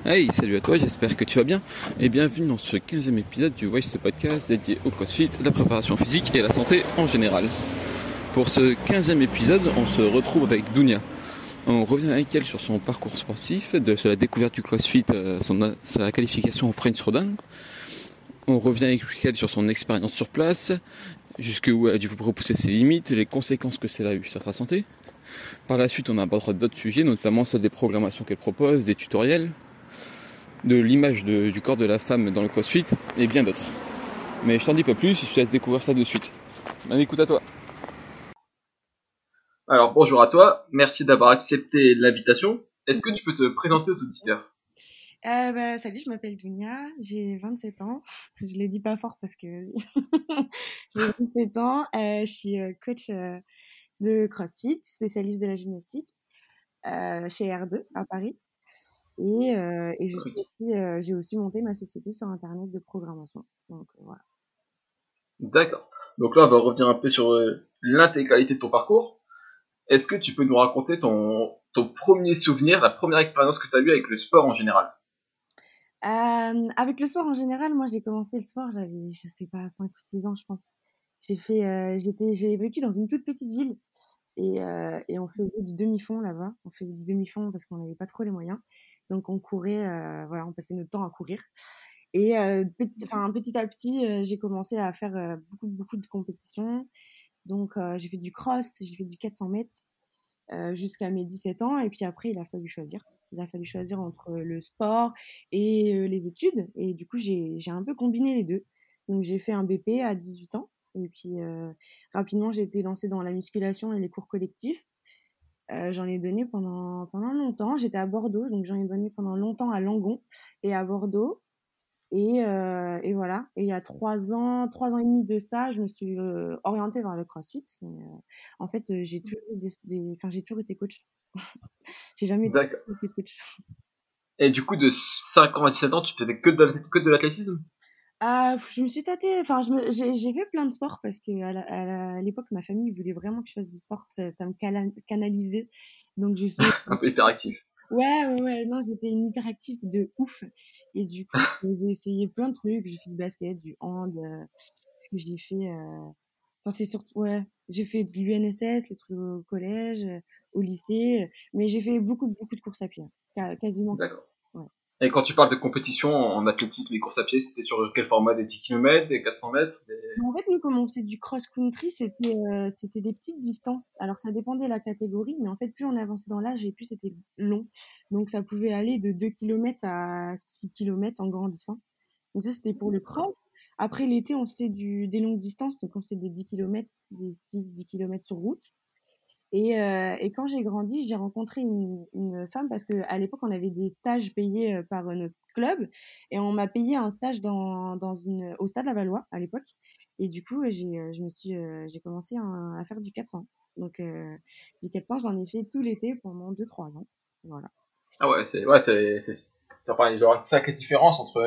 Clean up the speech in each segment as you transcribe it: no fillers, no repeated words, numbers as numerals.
Hey, salut à toi, j'espère que tu vas bien et bienvenue dans ce 15e épisode du Waste Podcast dédié au CrossFit, la préparation physique et la santé en général. Pour ce 15e épisode, on se retrouve avec Dounia. On revient avec elle sur son parcours sportif, sur la découverte du CrossFit, sa qualification au French Rodin. On revient avec elle sur son expérience sur place, jusqu'où elle a dû repousser ses limites, les conséquences que cela a eu sur sa santé. Par la suite, on abordera d'autres sujets, notamment celle des programmations qu'elle propose, des tutoriels, de l'image du corps de la femme dans le CrossFit et bien d'autres. Mais je t'en dis pas plus, je te laisse découvrir ça de suite. Bonne écoute à toi. Alors bonjour à toi, merci d'avoir accepté l'invitation. Est-ce que tu peux te présenter aux auditeurs? Salut, je m'appelle Dounia, j'ai 27 ans. Je le dis pas fort parce que j'ai 27 ans. Je suis coach de CrossFit, spécialiste de la gymnastique chez R2 à Paris. Et je suis Oui. aussi, j'ai aussi monté ma société sur Internet de programmation. Donc voilà. D'accord. Donc là, on va revenir un peu sur l'intégralité de ton parcours. Est-ce que tu peux nous raconter ton premier souvenir, la première expérience que tu as eue avec le sport en général? Avec le sport en général, moi j'ai commencé le sport, j'avais, je sais pas, 5 ou 6 ans, je pense. J'ai vécu dans une toute petite ville. Et on faisait du demi-fond là-bas. On faisait du demi-fond parce qu'on n'avait pas trop les moyens. Donc on courait, voilà, on passait notre temps à courir. Et petit à petit, j'ai commencé à faire beaucoup de compétitions. Donc j'ai fait du cross, j'ai fait du 400 mètres jusqu'à mes 17 ans. Et puis après, il a fallu choisir. Il a fallu choisir entre le sport et les études. Et du coup, j'ai un peu combiné les deux. Donc j'ai fait un BP à 18 ans. Et puis rapidement, j'ai été lancée dans la musculation et les cours collectifs. J'en ai donné pendant longtemps. J'étais à Bordeaux, donc j'en ai donné pendant longtemps à Langon et à Bordeaux. Et voilà. Et il y a 3 ans et demi de ça, je me suis orientée vers le CrossFit. En fait, j'ai toujours eu enfin, j'ai toujours été coach. J'ai jamais D'accord. été coach. Et du coup, de 5 ans à 17 ans, tu faisais que de l'athlétisme? Je me suis tâtée, enfin, j'ai fait plein de sports parce que à l'époque, ma famille voulait vraiment que je fasse du sport. Ça me canalisait. Donc, j'ai fait. Un peu hyperactif. Ouais, non, j'étais une hyperactive de ouf. Et du coup, j'ai essayé plein de trucs. J'ai fait du basket, du hand, ce que j'ai fait. Enfin, c'est surtout, ouais, j'ai fait de l'UNSS, les trucs au collège, au lycée. Mais j'ai fait beaucoup de courses à pied, hein. Quasiment. D'accord. Ouais. Et quand tu parles de compétition en athlétisme et course à pied, c'était sur quel format? Des 10 km, des 400 mètres? En fait, nous, comme on faisait du cross-country, c'était des petites distances. Alors, ça dépendait de la catégorie, mais en fait, plus on avançait dans l'âge et plus c'était long. Donc, ça pouvait aller de 2 kilomètres à 6 kilomètres en grandissant. Donc, ça, c'était pour le cross. Après, l'été, on faisait des longues distances. Donc, on faisait des 10 kilomètres, des 6-10 kilomètres sur route. Et quand j'ai grandi, j'ai rencontré une femme parce qu'à l'époque, on avait des stages payés par notre club et on m'a payé un stage au Stade Lavallois à l'époque. Et du coup, j'ai commencé à faire du 400. Donc, du 400, j'en ai fait tout l'été pendant 2-3 ans. Voilà. Ah ouais, enfin, il y aura une sacrée différence entre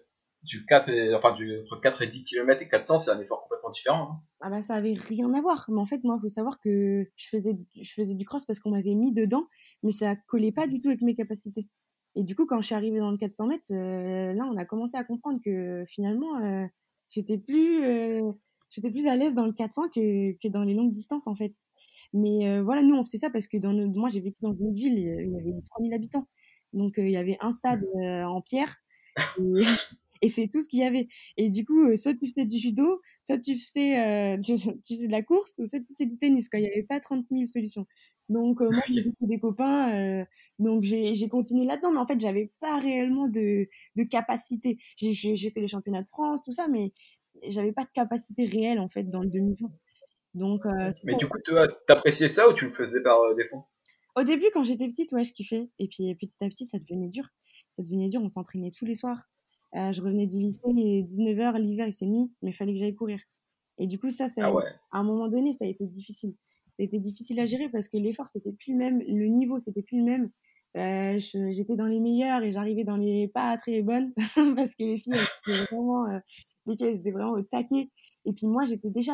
entre 4 et 10 km et 400, c'est un effort complètement différent, hein. Ah bah ça avait rien à voir. Mais en fait, moi, il faut savoir que je faisais du cross parce qu'on m'avait mis dedans, mais ça collait pas du tout avec mes capacités. Et du coup, quand je suis arrivée dans le 400 mètres, là, on a commencé à comprendre que finalement, j'étais plus, euh, j'étais plus à l'aise dans le 400 que dans les longues distances, en fait. Mais voilà, nous, on faisait ça parce que moi, j'ai vécu dans une ville, il y avait 3000 habitants. Donc, il y avait un stade en pierre. Et, et c'est tout ce qu'il y avait. Et du coup, soit tu faisais du judo, soit tu faisais de la course, ou soit tu faisais du tennis, quoi. Il n'y avait pas 36 000 solutions. Donc, moi, j'ai Ok. beaucoup des copains, donc j'ai continué là-dedans, mais en fait, j'avais pas réellement de capacité. J'ai fait les championnats de France, tout ça, mais j'avais pas de capacité réelle, en fait, dans le demi-fond. Donc, c'est Mais ça. du coup, toi, t'appréciais ça ou tu le faisais par défaut? Au début, quand j'étais petite, ouais, je kiffais. Et puis petit à petit, ça devenait dur. Ça devenait dur, on s'entraînait tous les soirs. Je revenais du lycée et 19 h l'hiver, il s'est nuit, mais il fallait que j'aille courir. Et du coup, Ah ouais. à un moment donné, ça a été difficile. Ça a été difficile à gérer parce que l'effort, c'était plus le même, le niveau, c'était plus le même. J'étais dans les meilleures et j'arrivais dans les pas très bonnes parce que les filles, elles étaient vraiment au taquet. Et puis moi, j'étais déjà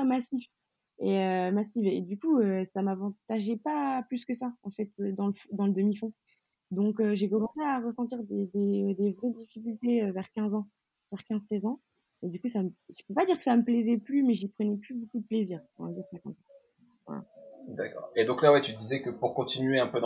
massive. Et du coup, ça m'avantageait pas plus que ça, en fait, dans le demi-fond. Donc, j'ai commencé à ressentir des vraies difficultés vers 15 ans, vers 15-16 ans. Et du coup, je peux pas dire que ça me plaisait plus, mais j'y prenais plus beaucoup de plaisir. On va dire ça comme ça. Voilà. D'accord. Et donc là, ouais, tu disais que pour continuer un peu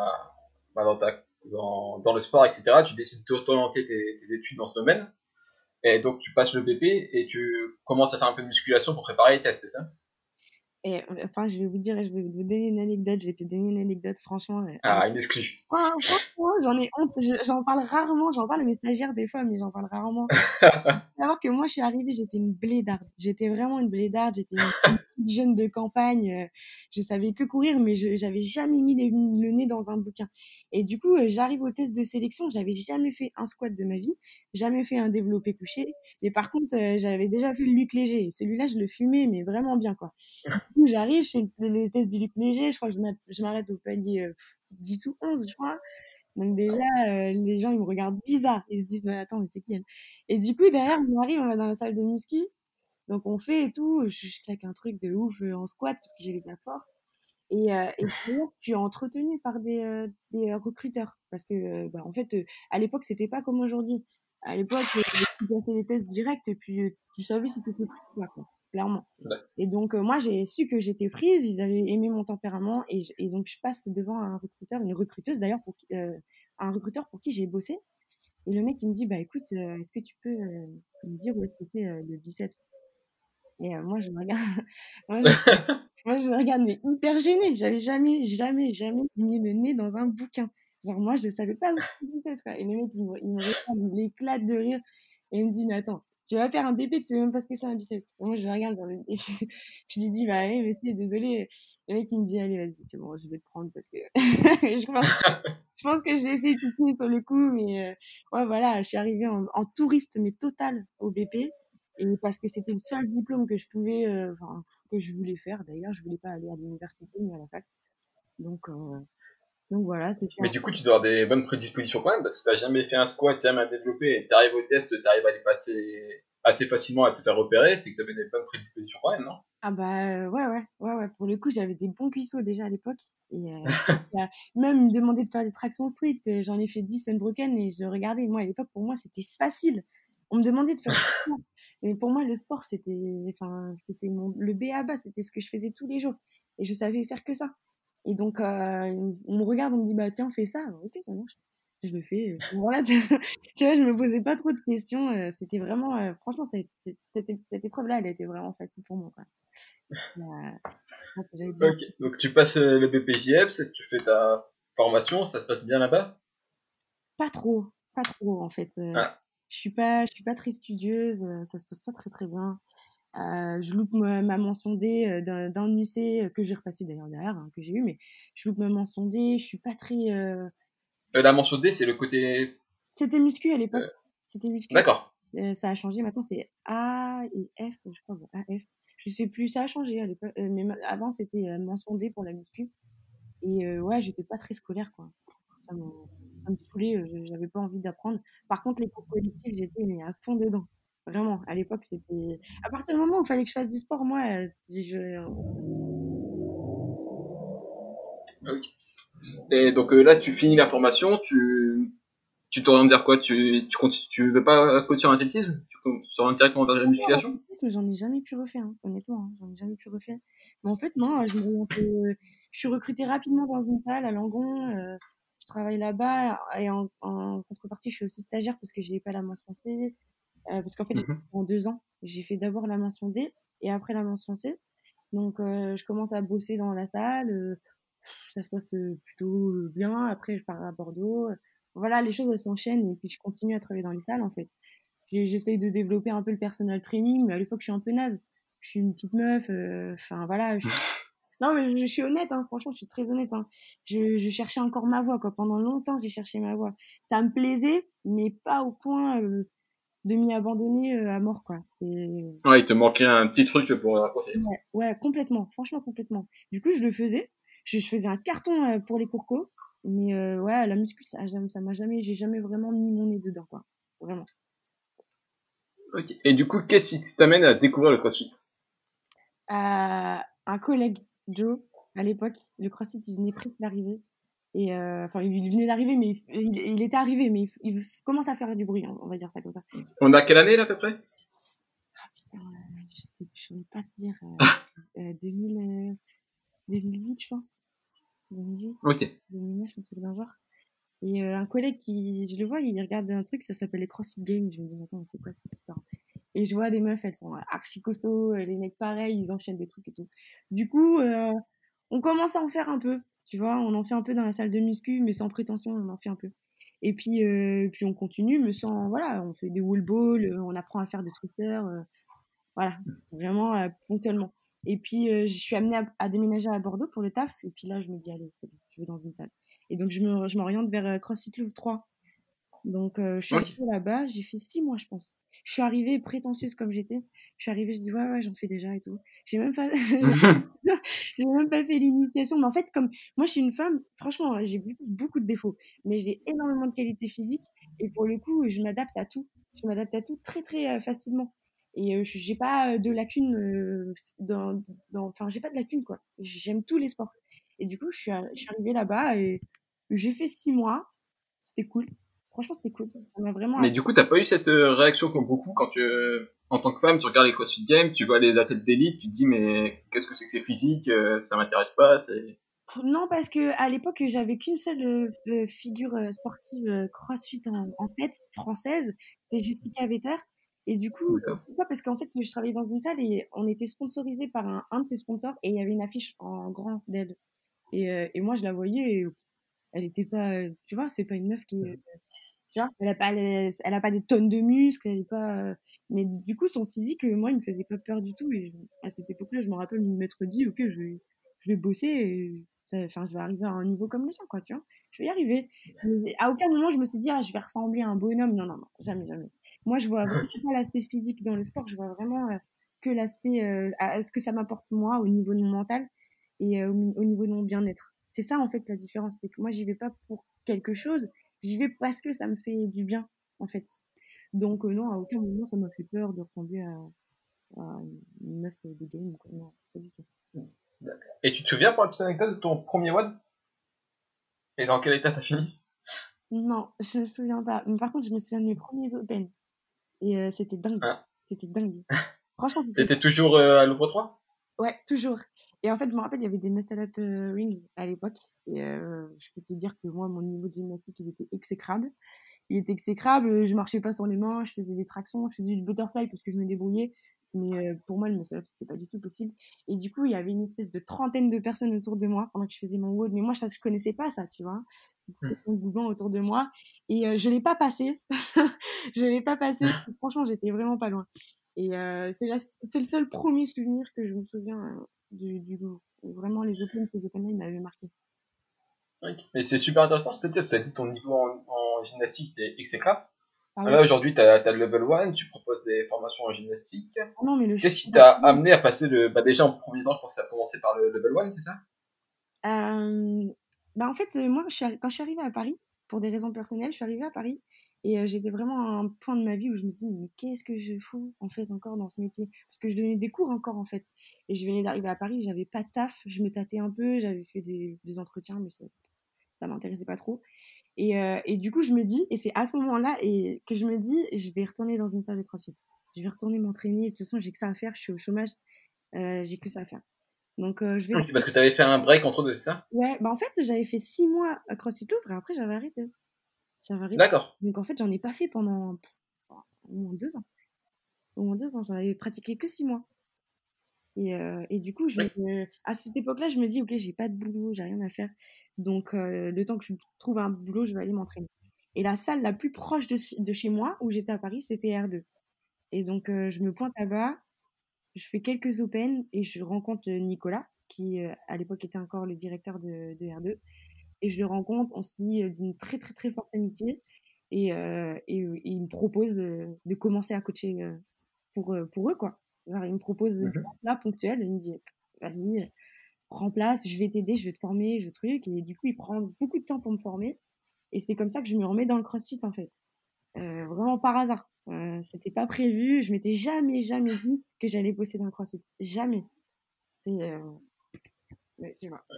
dans le sport, etc., tu décides d'orienter tes études dans ce domaine. Et donc, tu passes le BP et tu commences à faire un peu de musculation pour préparer les tests, c'est ça? Et enfin, je vais vous dire, je vais vous donner une anecdote. Je vais te donner une anecdote, franchement. Ah, une exclue. Franchement, j'en ai honte. J'en parle rarement. J'en parle à mes stagiaires des fois, mais j'en parle rarement. Faut savoir que moi, je suis arrivée, j'étais une blédarde. J'étais vraiment une blédarde. J'étais une petite jeune de campagne. Je savais que courir, mais j'avais jamais mis le nez dans un bouquin. Et du coup, j'arrive au test de sélection. J'avais jamais fait un squat de ma vie, jamais fait un développé couché. Mais par contre, j'avais déjà fait le luc léger. Et celui-là, je le fumais, mais vraiment bien, quoi. Du coup, j'arrive, je fais le test du luc léger. Je crois que je m'arrête au palier 10 ou 11, je crois. Donc déjà, les gens, ils me regardent bizarre. Ils se disent, mais attends, mais c'est qui elle? Et du coup, derrière, on arrive, on va dans la salle de muscu. Donc on fait et tout. Je claque un truc de ouf en squat parce que j'ai de la force. Et d'ailleurs, je suis entretenue par des recruteurs. Parce que, bah, en fait, à l'époque, c'était pas comme aujourd'hui. À l'époque, tu passais les tests directs et puis tu savais si tu étais pris ou pas, quoi, clairement. Et donc, moi, j'ai su que j'étais prise. Ils avaient aimé mon tempérament. Et donc, je passe devant un recruteur, une recruteuse d'ailleurs, un recruteur pour qui j'ai bossé. Et le mec, il me dit, bah écoute, est-ce que tu peux me dire où est-ce que c'est le biceps? Et moi, je me regarde, moi, je, moi, je me regarde, mais hyper gênée. J'avais jamais, jamais, jamais mis le nez dans un bouquin. Genre, moi, je savais pas où c'était le biceps, quoi. Et le mec, il me regarde, il éclate de rire. Et il me dit, mais attends, tu vas faire un BP, tu sais même pas ce que c'est un biceps. Et moi, je le regarde, et je lui dis, bah, mais si, désolé. Le mec, il me dit, allez, vas-y, c'est bon, je vais te prendre parce que je pense que je l'ai fait piquer sur le coup, mais ouais, voilà, je suis arrivée en touriste, mais total, au BP. Et parce que c'était le seul diplôme que je pouvais, enfin, que je voulais faire d'ailleurs. Je voulais pas aller à l'université ni à la fac. Donc, euh, donc voilà, c'était Mais du coup, tu dois avoir des bonnes prédispositions quand même, parce que tu n'as jamais fait un squat, jamais un développé, et tu arrives au test, tu arrives à les passer assez facilement à te faire repérer, c'est que tu avais des bonnes prédispositions quand même, non? Ah bah ouais. Pour le coup, j'avais des bons cuissots déjà à l'époque. Et même ils me demandaient de faire des tractions strictes. J'en ai fait 10 unbroken et je le regardais. Moi, à l'époque, pour moi, c'était facile. On me demandait de faire du sport. Et pour moi, le sport, c'était le B à bas. C'était ce que je faisais tous les jours. Et je savais faire que ça. Et donc, on me regarde, on me dit, bah tiens, fais ça. Ok, ça marche. Je le fais. Voilà, tu vois, je me posais pas trop de questions. C'était vraiment, franchement, cette épreuve-là, elle a été vraiment facile pour moi, quoi. J'avais dit, Ok, donc tu passes le BPJEPS, tu fais ta formation, ça se passe bien là-bas? pas trop en fait. Ah, Je suis pas très studieuse, ça se passe pas très très bien. Je loupe ma mention D d'un UC que j'ai repassé d'ailleurs derrière, hein, que j'ai eu, mais je loupe ma mention D. Je suis pas très. la mention D, c'est le côté... C'était muscu à l'époque. euh, C'était muscu. D'accord. Ça a changé. Maintenant c'est A et F, je crois. Bon, A, F. Je sais plus. Ça a changé à l'époque. Mais avant c'était mention D pour la muscu. Et ouais, j'étais pas très scolaire, quoi. Ça me, ça me saoulait, j'avais pas envie d'apprendre. Par contre, les cours collectifs, j'étais mais à fond dedans. Vraiment, à l'époque, c'était. À partir du moment où il fallait que je fasse du sport, moi, Ok. Et donc là, tu finis la formation, tu t'orientes vers quoi? Tu veux pas continuer en athlétisme? Tu t'orientes directement vers la musculation? l'athlétisme, j'en ai jamais pu refaire, hein, honnêtement, hein, j'en ai jamais pu refaire. Mais en fait, non, je suis recrutée rapidement dans une salle à Langon, je travaille là-bas et en contrepartie, je suis aussi stagiaire parce que j'ai pas la mention C. Parce qu'en fait, j'ai fait Mhm. en 2 ans. J'ai fait d'abord la mention D et après la mention C. Donc, je commence à bosser dans la salle. Ça se passe plutôt bien. Après, je pars à Bordeaux. Voilà, les choses, elles s'enchaînent et puis je continue à travailler dans les salles, en fait. J'essaye de développer un peu le personal training, mais à l'époque, je suis un peu naze. Je suis une petite meuf. Enfin, voilà. Non, mais je suis honnête, hein, franchement, je suis très honnête. Hein. Je cherchais encore ma voix, quoi. Pendant longtemps, j'ai cherché ma voix. Ça me plaisait, mais pas au point de m'y abandonner à mort, quoi. Ouais, il te manquait un petit truc pour raccrocher. Ouais, ouais, complètement, franchement, complètement. Du coup, je le faisais. Je faisais un carton pour les cours co, mais ouais, la muscu, j'ai jamais vraiment mis mon nez dedans, quoi. Vraiment. Ok. Et du coup, qu'est-ce qui t'amène à découvrir le CrossFit? Un collègue, Joe, à l'époque, le CrossFit, il venait presque d'arriver. Et enfin, il venait d'arriver, mais il était arrivé, mais il commence à faire du bruit, on va dire ça comme ça. On a quelle année là à peu près? Ah putain, je sais, je saurais pas te dire. 2008, je pense. 2008, Ok. 2009, un truc dans le genre. Et un collègue je le vois, il regarde un truc, ça s'appelle les CrossFit Games. Je me dis, attends, mais c'est quoi cette histoire? Et je vois les meufs, elles sont archi costauds, les mecs pareil, ils enchaînent des trucs et tout. Du coup, on commence à en faire un peu, tu vois, on en fait un peu dans la salle de muscu, mais sans prétention, on en fait un peu. Et puis on continue, mais sans, voilà, on fait des wall balls, on apprend à faire des thrusters, voilà, vraiment ponctuellement. Et puis je suis amenée à déménager à Bordeaux pour le taf, et puis là, je me dis, allez, c'est bon, je vais dans une salle. Et donc, je m'oriente vers CrossFit Louvre 3. Donc, je suis Ok. arrivée là-bas, j'ai fait 6 mois, je pense. Je suis arrivée prétentieuse comme j'étais. Je suis arrivée, je dis, ouais, ouais, j'en fais déjà et tout. J'ai même pas, j'ai même pas fait l'initiation. Mais en fait, comme moi, je suis une femme, franchement, j'ai beaucoup de défauts, mais j'ai énormément de qualités physiques. Et pour le coup, je m'adapte à tout. Je m'adapte à tout très, très facilement. Et j'ai pas de lacunes enfin, j'ai pas de lacunes, quoi. J'aime tous les sports. Et du coup, je suis arrivée là-bas et j'ai fait 6 mois. C'était cool. Franchement, c'était cool. Ça m'a vraiment Mais appris. du coup, t'as pas eu cette réaction comme beaucoup quand en tant que femme, tu regardes les CrossFit Games, tu vois les athlètes d'élite, tu te dis mais qu'est-ce que c'est physique, ça m'intéresse pas, c'est. Non, parce que à l'époque, j'avais qu'une seule figure sportive CrossFit en tête, française. C'était Jessica Vetter. Et du coup, D'accord. pourquoi? Parce qu'en fait, je travaillais dans une salle et on était sponsorisé par un de ses sponsors et il y avait une affiche en grand d'elle. Et moi, je la voyais et elle était pas, tu vois, c'est pas une meuf qui, tu vois, elle a pas des tonnes de muscles, elle est pas, mais du coup, son physique, moi, il me faisait pas peur du tout. Et à cette époque-là, je me rappelle m'être dit, ok, je vais bosser et enfin, je vais arriver à un niveau comme le sien, quoi, tu vois. Je vais y arriver. Mais à aucun moment, je me suis dit, ah, je vais ressembler à un bonhomme. Non, non, non, jamais, jamais. Moi, je vois vraiment pas l'aspect physique dans le sport, je vois vraiment que l'aspect, à ce que ça m'apporte moi au niveau de mon mental et au niveau de mon bien-être. C'est ça, en fait, la différence. C'est que moi, j'y vais pas pour quelque chose. J'y vais parce que ça me fait du bien, en fait. Donc, non, à aucun moment, ça m'a fait peur de ressembler à une meuf de game, quoi. Non, pas du tout. Et tu te souviens pour la petite anecdote de ton premier WOD? Et dans quel état t'as fini? Non, je me souviens pas. Mais par contre, je me souviens de mes premiers open. Et c'était dingue. Hein. C'était dingue. Franchement, c'était. C'était toujours à Louvre 3? Ouais, toujours. Et en fait, je me rappelle, il y avait des muscle-up rings à l'époque. Et je peux te dire que moi, mon niveau de gymnastique, il était exécrable. Il était exécrable, je marchais pas sur les mains, je faisais des tractions, je faisais du butterfly parce que je me débrouillais. Mais pour moi, le muscle-up, c'était pas du tout possible. Et du coup, il y avait une espèce de trentaine de personnes autour de moi pendant que je faisais mon WOD. Mais moi, je connaissais pas ça, tu vois. Cette espèce de mouvement autour de moi. Et je l'ai pas passé. Je l'ai pas passé. Franchement, j'étais vraiment pas loin. Et c'est le seul premier souvenir que je me souviens du Louvre. Vraiment, les ces Open-là, ils m'avaient marqué. Ok. Et c'est super intéressant ce que tu as dit, ton niveau en gymnastique était exécrable. Ah Là, ouais. aujourd'hui, tu as le level 1, tu proposes des formations en gymnastique. Ah non, mais le Qu'est-ce qui chemin. t'a amené à passer le. Bah, déjà, en premier temps, je pense que ça a commencé par le level 1, c'est ça? Bah, en fait, moi, quand je suis arrivée à Paris, pour des raisons personnelles, je suis arrivée à Paris et j'étais vraiment à un point de ma vie où je me suis dit, mais qu'est-ce que je fous en fait encore dans ce métier? Parce que je donnais des cours encore en fait. Et je venais d'arriver à Paris, j'avais pas de taf, je me tâtais un peu, j'avais fait des entretiens, mais ça m'intéressait pas trop. Et du coup, je me dis, et c'est à ce moment-là que je me dis, je vais retourner dans une salle de CrossFit. Je vais retourner m'entraîner. De toute façon, j'ai que ça à faire, je suis au chômage, j'ai que ça à faire. Donc, je vais. Ok, parce que tu avais fait un break entre deux, c'est ça? Ouais, bah en fait, j'avais fait 6 mois à CrossFit Louvre et après, j'avais arrêté. J'avais arrêté. D'accord. Donc, en fait, j'en ai pas fait pendant au moins 2 ans. Au moins 2 ans, j'en avais pratiqué que 6 mois. Et du coup, Oui. à cette époque-là, je me dis, ok, j'ai pas de boulot, j'ai rien à faire. Donc, le temps que je trouve un boulot, je vais aller m'entraîner. Et la salle la plus proche de chez moi, où j'étais à Paris, c'était R2. Et donc, je me pointe là-bas, je fais quelques open et je rencontre Nicolas, qui à l'époque était encore le directeur de R2. Et je le rencontre, on se lie d'une très très très forte amitié. Et il me propose de commencer à coacher pour eux, quoi. Genre, il me propose des Mhm. là ponctuels, il me dit, vas-y, remplace, je vais t'aider, je vais te former, je truc. Et du coup, il prend beaucoup de temps pour me former. Et c'est comme ça que je me remets dans le CrossFit, en fait. Vraiment par hasard. C'était pas prévu, je m'étais jamais, jamais dit que j'allais bosser dans le CrossFit. Jamais. C'est, ouais, tu vois.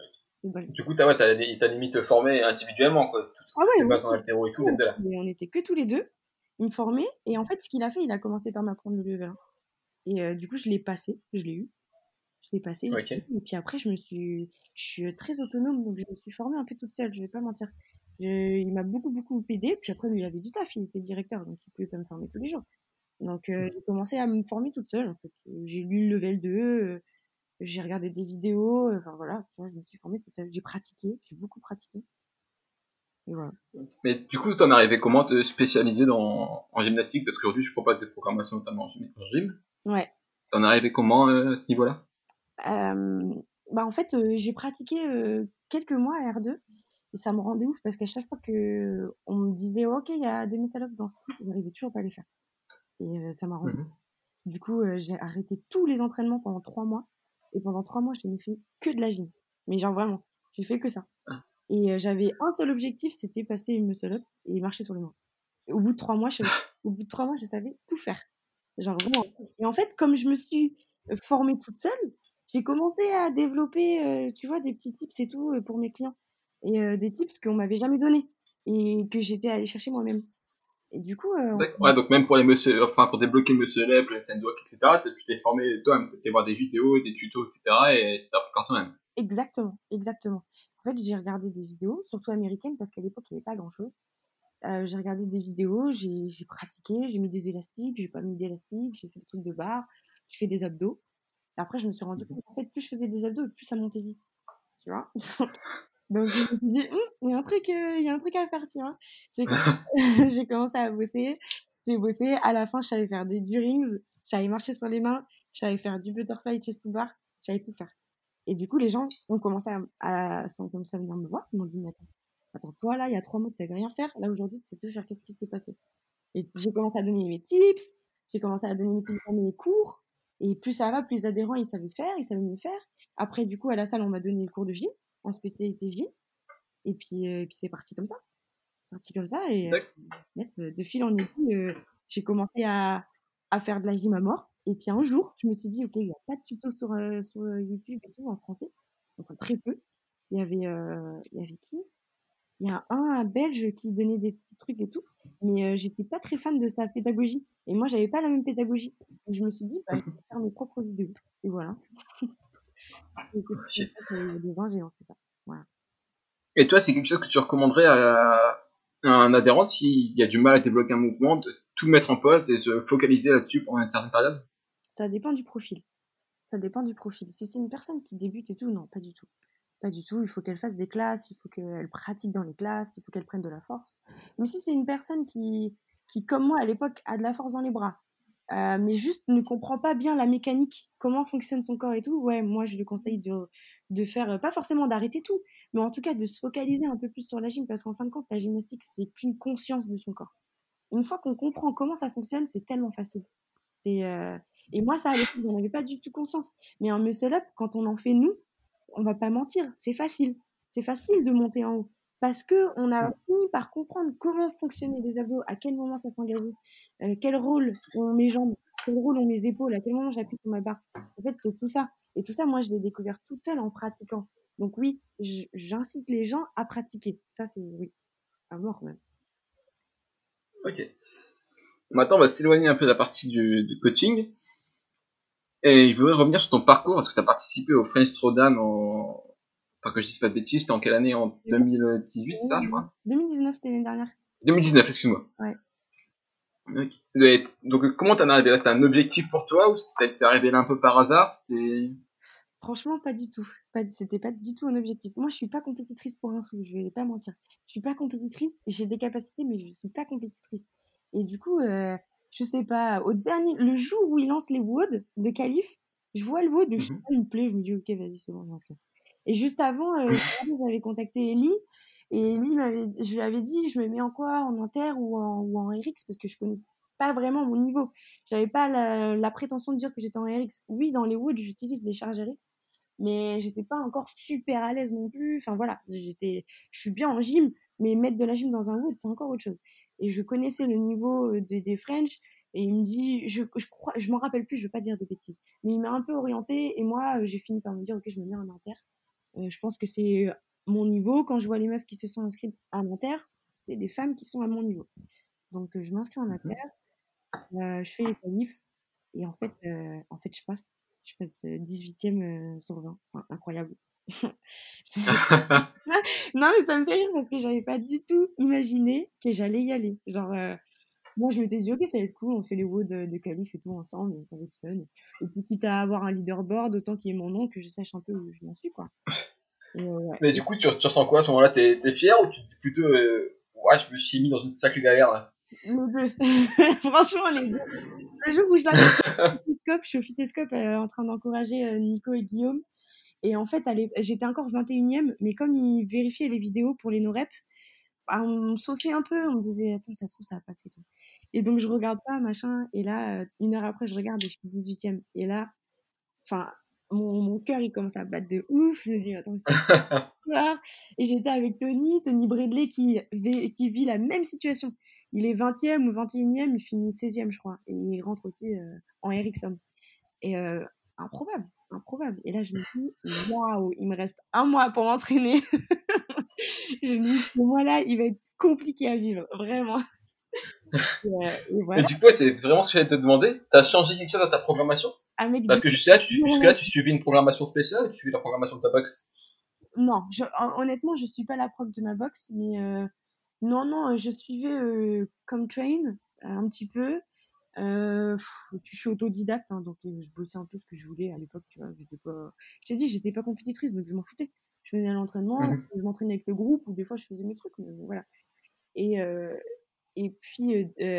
C'est dingue. Du coup, il t'a limite formé individuellement, quoi. Ah Toutes tes ouais, bases en haltéro et tout, viennent de là. on était que tous les deux. Il me formait. Et en fait, ce qu'il a fait, il a commencé par m'apprendre le level 1. Et du coup, je l'ai passé. Je l'ai eu. Je l'ai passé. Ok. Et puis après, je suis très autonome. Donc, je me suis formée un peu toute seule. Je vais pas mentir. Il m'a beaucoup, beaucoup aidé. Puis après, lui, il avait du taf. Il était directeur. Donc, il pouvait pas me former tous les jours. Donc, j'ai commencé à me former toute seule, en fait. J'ai lu le level 2. J'ai regardé des vidéos. Enfin, voilà. Tu vois, je me suis formée toute seule. J'ai pratiqué. J'ai beaucoup pratiqué. Et voilà. Mais du coup, t'en es arrivé comment te spécialiser en gymnastique? Parce qu'aujourd'hui, je propose des programmations notamment en gym. Ouais. T'en es arrivé comment à ce niveau-là? En fait, j'ai pratiqué quelques mois à R2 et ça me rendait ouf parce qu'à chaque fois que on me disait ok, il y a des muscle-up dans ce truc, j'arrivais toujours pas à les faire. Et ça m'a rendu. Du coup, j'ai arrêté tous les entraînements pendant 3 mois. Et pendant 3 mois, je n'ai fait que de la gym. Mais genre vraiment, j'ai fait que ça. Et j'avais un seul objectif, c'était passer une muscle-up et marcher sur les mains. Et au bout de 3 mois, je savais tout faire. Genre vraiment. Et en fait, comme je me suis formée toute seule, j'ai commencé à développer, tu vois, des petits tips et tout pour mes clients. Et des tips qu'on m'avait jamais donnés et que j'étais allée chercher moi-même. Et du coup, D'accord. Ouais, donc même pour pour débloquer le muscle up, le sandwalk, etc., tu t'es formé toi-même, t'es voir des vidéos, des tutos, etc., et t'as appris par toi-même. exactement, exactement. En fait, j'ai regardé des vidéos, surtout américaines, parce qu'à l'époque, il n'y avait pas grand-chose. J'ai regardé des vidéos, j'ai pratiqué, j'ai mis des élastiques, j'ai pas mis d'élastiques, j'ai fait des trucs de barre, j'ai fait des abdos. Et après, je me suis rendu compte qu'en fait, plus je faisais des abdos, plus ça montait vite. Tu vois? Donc, je me suis dit, il y a un truc à faire, tu vois? J'ai commencé, j'ai commencé à bosser, j'ai bossé. À la fin, je savais faire du rings, je savais marcher sur les mains, je savais faire du butterfly chest to bar, je savais tout faire. Et du coup, les gens ont commencé sont commencé à venir me voir. Ils m'ont dit, mais attends, toi, là, il y a 3 mois, tu savais rien faire. Là, aujourd'hui, tu sais tout faire. Qu'est-ce qui s'est passé? Et j'ai commencé à donner mes tips, j'ai commencé à donner mes tips dans mes cours. Et plus ça va, plus les adhérents, ils savaient faire, ils savaient mieux faire. Après, du coup, à la salle, on m'a donné le cours de gym, en spécialité gym. Et puis c'est parti comme ça. C'est parti comme ça. Et de fil en aiguille, j'ai commencé à faire de la gym à mort. Et puis un jour, je me suis dit, OK, il n'y a pas de tuto sur YouTube et tout en français. Enfin, très peu. Il y avait qui? Il y a un Belge qui donnait des petits trucs et tout, mais j'étais pas très fan de sa pédagogie. Et moi, j'avais pas la même pédagogie. Donc je me suis dit, bah, je vais faire mes propres vidéos. Et voilà. Et c'est comme ça qu'il y a des ans, j'ai lancé ça. Voilà. Et toi, c'est quelque chose que tu recommanderais à un adhérent s'il a du mal à débloquer un mouvement, de tout mettre en pause et se focaliser là-dessus pendant une certaine période? Ça dépend du profil. Ça dépend du profil. Si c'est une personne qui débute et tout, non, pas du tout. Pas du tout. Il faut qu'elle fasse des classes, il faut qu'elle pratique dans les classes, il faut qu'elle prenne de la force. Mais si c'est une personne qui, comme moi à l'époque, a de la force dans les bras, mais juste ne comprend pas bien la mécanique, comment fonctionne son corps et tout, ouais, moi je lui conseille de faire, pas forcément d'arrêter tout, mais en tout cas de se focaliser un peu plus sur la gym, parce qu'en fin de compte, la gymnastique, c'est qu'une conscience de son corps. Une fois qu'on comprend comment ça fonctionne, c'est tellement facile. C'est, et moi, ça, à l'époque, j'en avais pas du tout conscience. Mais en muscle-up, quand on en fait nous, on va pas mentir, c'est facile. C'est facile de monter en haut. Parce que on a fini par comprendre comment fonctionnaient les abdos, à quel moment ça s'engageait, quel rôle ont mes jambes, quel rôle ont mes épaules, à quel moment j'appuie sur ma barre. En fait, c'est tout ça. Et tout ça, moi, je l'ai découvert toute seule en pratiquant. Donc oui, j'incite les gens à pratiquer. Ça, c'est oui, à mort même. Ok. Maintenant, on va s'éloigner un peu de la partie du coaching. Et je voudrais revenir sur ton parcours, parce que tu as participé au French Throwdown tant que je dis pas de bêtises, c'était en quelle année? En 2018, c'est ça, je crois? 2019, c'était l'année dernière. 2019, excuse-moi. Ouais. Ok. Et donc, comment t'en es arrivé là? C'était un objectif pour toi ou t'es arrivé là un peu par hasard? Franchement, pas du tout. C'était pas du tout un objectif. Moi, je suis pas compétitrice pour un sou, je vais pas mentir. Je suis pas compétitrice, j'ai des capacités, mais je suis pas compétitrice. Et du coup, je sais pas, le jour où il lance les WOD de qualif, je vois le WOD, je sais pas, il me plaît, je me dis, ok, vas-y, c'est bon, je lance. Et juste avant, j'avais contacté Ellie, et je lui avais dit, je me mets en quoi, en inter ou en RX, parce que je connaissais pas vraiment mon niveau. J'avais pas la prétention de dire que j'étais en RX. Oui, dans les woods, j'utilise les charges RX, mais j'étais pas encore super à l'aise non plus. Enfin voilà, je suis bien en gym, mais mettre de la gym dans un wood, c'est encore autre chose. Et je connaissais le niveau des French, et il me dit, je crois, je m'en rappelle plus, je veux pas dire de bêtises, mais il m'a un peu orienté, et moi, j'ai fini par me dire, ok, je me mets en inter. Je pense que c'est mon niveau. Quand je vois les meufs qui se sont inscrites à l'inter, c'est des femmes qui sont à mon niveau. Donc, je m'inscris en inter, je fais les qualifs et en fait, je passe. Je passe 18e sur 20. Enfin, incroyable. Non, mais ça me fait rire parce que j'avais pas du tout imaginé que j'allais y aller. Genre, moi, je m'étais dit, ok, ça va être cool, on fait les WOD de qualif et tout ensemble, ça va être fun. Et puis, quitte à avoir un leaderboard, autant qu'il y ait mon nom, que je sache un peu où je m'en suis, quoi. Et ouais. Mais du coup, tu ressens quoi à ce moment-là? T'es fier ou tu te dis plutôt, ouais, je me suis mis dans une sacrée galère là? Les deux. Franchement, les deux. Le jour où je l'avais je suis au Fitescope en train d'encourager Nico et Guillaume. Et en fait, j'étais encore 21e, mais comme ils vérifiaient les vidéos pour les no-reps, bah, on me sauçait un peu, on me disait, attends, ça se trouve, ça va passer et tout. Et donc, je regarde pas, machin, et là, 1 heure après, je regarde et je suis 18e. Et là, enfin, mon cœur, il commence à battre de ouf. Je me dis, attends, c'est quoi? Et j'étais avec Tony Bradley qui vit la même situation. Il est 20e ou 21e, il finit 16e, je crois. Et il rentre aussi en Ericsson. Et improbable, improbable. Et là, je me dis, waouh, il me reste 1 mois pour m'entraîner. Je me dis, ce mois-là, il va être compliqué à vivre, vraiment. Et Et voilà. du coup, ouais, c'est vraiment ce que j'allais te demander. T'as changé quelque chose dans ta programmation? Un mec Parce du que jusque-là, tu suivais une programmation spéciale ou tu suivais la programmation de ta boxe? Non, honnêtement, je suis pas la prof de ma boxe, mais non, non, je suivais comme train un petit peu. Je suis autodidacte, hein, donc je bossais un peu ce que je voulais à l'époque, tu vois. Je t'ai dit, j'étais pas compétitrice, donc je m'en foutais. Je venais à l'entraînement, Mhm. je m'entraînais avec le groupe, ou des fois je faisais mes trucs, mais voilà. Et, et puis,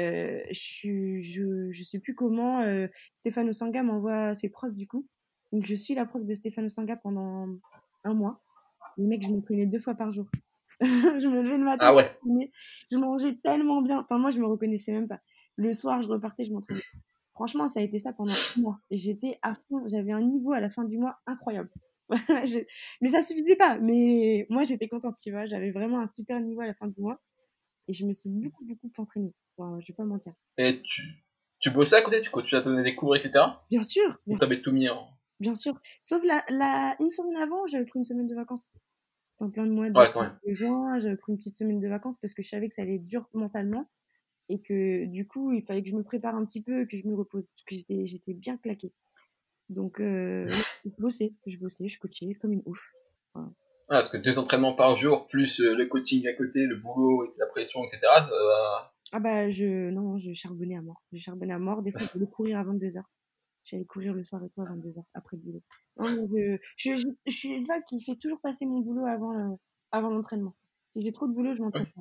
je sais plus comment, Stéphane Osanga m'envoie ses profs, du coup. Donc, je suis la prof de Stéphane Osanga pendant 1 mois. Le mec, je m'entraînais 2 fois par jour. Je me levais le matin, Ah ouais. je mangeais tellement bien. Enfin, moi, je me reconnaissais même pas. Le soir, je repartais, je m'entraînais. Franchement, ça a été ça pendant 1 mois. Et j'étais à fond. J'avais un niveau à la fin du mois incroyable. Je- Mais ça suffisait pas. Mais moi, j'étais contente, tu vois. J'avais vraiment un super niveau à la fin du mois. Et je me suis beaucoup, beaucoup entraînée. Enfin, je vais pas mentir. Et tu bossais à côté, tu continuais à donner des cours, etc. Bien sûr, Ou t'avais tout mis en... bien sûr. Sauf une semaine avant, j'avais pris une semaine de vacances. C'était en plein mois Ouais, quand même. de juin. J'avais pris une petite semaine de vacances parce que je savais que ça allait être dur mentalement. Et que du coup, il fallait que je me prépare un petit peu, que je me repose. Parce que j'étais bien claquée. Donc, je bossais, je coachais comme une ouf. Voilà. Ouais, parce que 2 entraînements par jour, plus le coaching à côté, le boulot, et la pression, etc. Ah bah, non, je charbonnais à mort. Je charbonnais à mort. Des fois, j'allais courir à 22h. J'allais courir le soir et tout à 22h après le boulot. Non, mais je suis une femme qui fait toujours passer mon boulot avant l'entraînement. Si j'ai trop de boulot, je m'entraîne pas.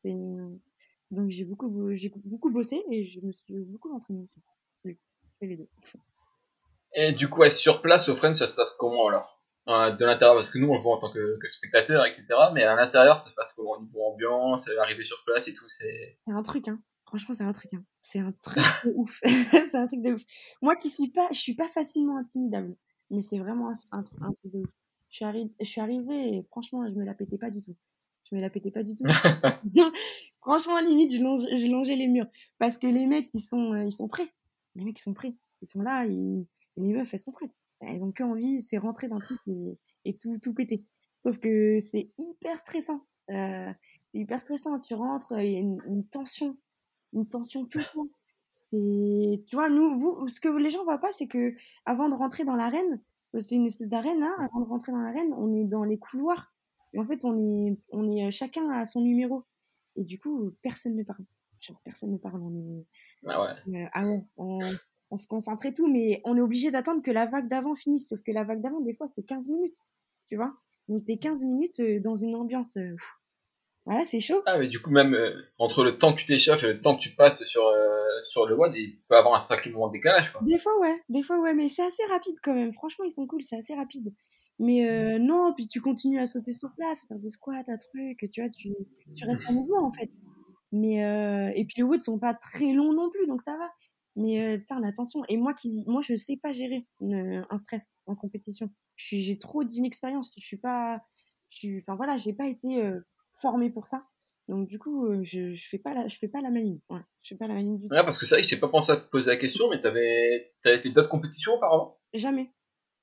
Donc j'ai beaucoup bossé et je me suis beaucoup entraînée aussi. Oui, je fais les deux. Et du coup, ouais, sur place, au Friends, ça se passe comment alors? De l'intérieur, parce que nous, on le voit en tant que spectateur, etc. Mais à l'intérieur, ça se passe comment au niveau ambiance, arriver sur place et tout, c'est... C'est un truc, hein. Franchement, c'est un truc, hein. C'est un truc de ouf. C'est un truc de ouf. Moi qui je suis pas facilement intimidable, mais c'est vraiment un truc de ouf. Je suis arrivée et franchement, je me la pétais pas du tout. Je me la pétais pas du tout. Franchement, limite, je longeais les murs. Parce que les mecs, ils sont prêts. Les mecs, ils sont prêts. Ils sont là, et les meufs, elles sont prêtes. Elles ont qu'envie, c'est rentrer dans le truc et tout péter. Sauf que c'est hyper stressant. C'est hyper stressant. Tu rentres, il y a une tension tout le temps. Tu vois, ce que les gens voient pas, c'est que avant de rentrer dans l'arène, c'est une espèce d'arène là. Avant de rentrer dans l'arène, on est dans les couloirs. Et en fait, on est chacun à son numéro. Et du coup, personne ne parle. Genre, personne ne parle. Ah ouais. Ah ouais, on se concentre et tout, mais on est obligé d'attendre que la vague d'avant finisse. Sauf que la vague d'avant, des fois, c'est 15 minutes. Tu vois? Donc, t'es 15 minutes dans une ambiance. Voilà, c'est chaud. Ah, mais du coup, même entre le temps que tu t'échauffes et le temps que tu passes sur le WOD, il peut y avoir un sacré moment de décalage, quoi. Des fois, ouais, mais c'est assez rapide quand même. Franchement, ils sont cool, c'est assez rapide. Mais non, puis tu continues à sauter sur place, faire des squats, un truc, tu vois, tu restes en mouvement en fait. Mais et puis les watts sont pas très longs non plus, donc ça va. Mais putain, la tension. Et moi, je sais pas gérer un stress en compétition. J'ai trop d'inexpérience. Je suis pas, enfin voilà, j'ai pas été formée pour ça. Donc du coup, je fais pas la maline. Ouais, je fais pas la maline du tout. Ouais, parce que c'est vrai que j'ai pas pensé à te poser la question, mais t'avais fait d'autres compétitions auparavant? Jamais.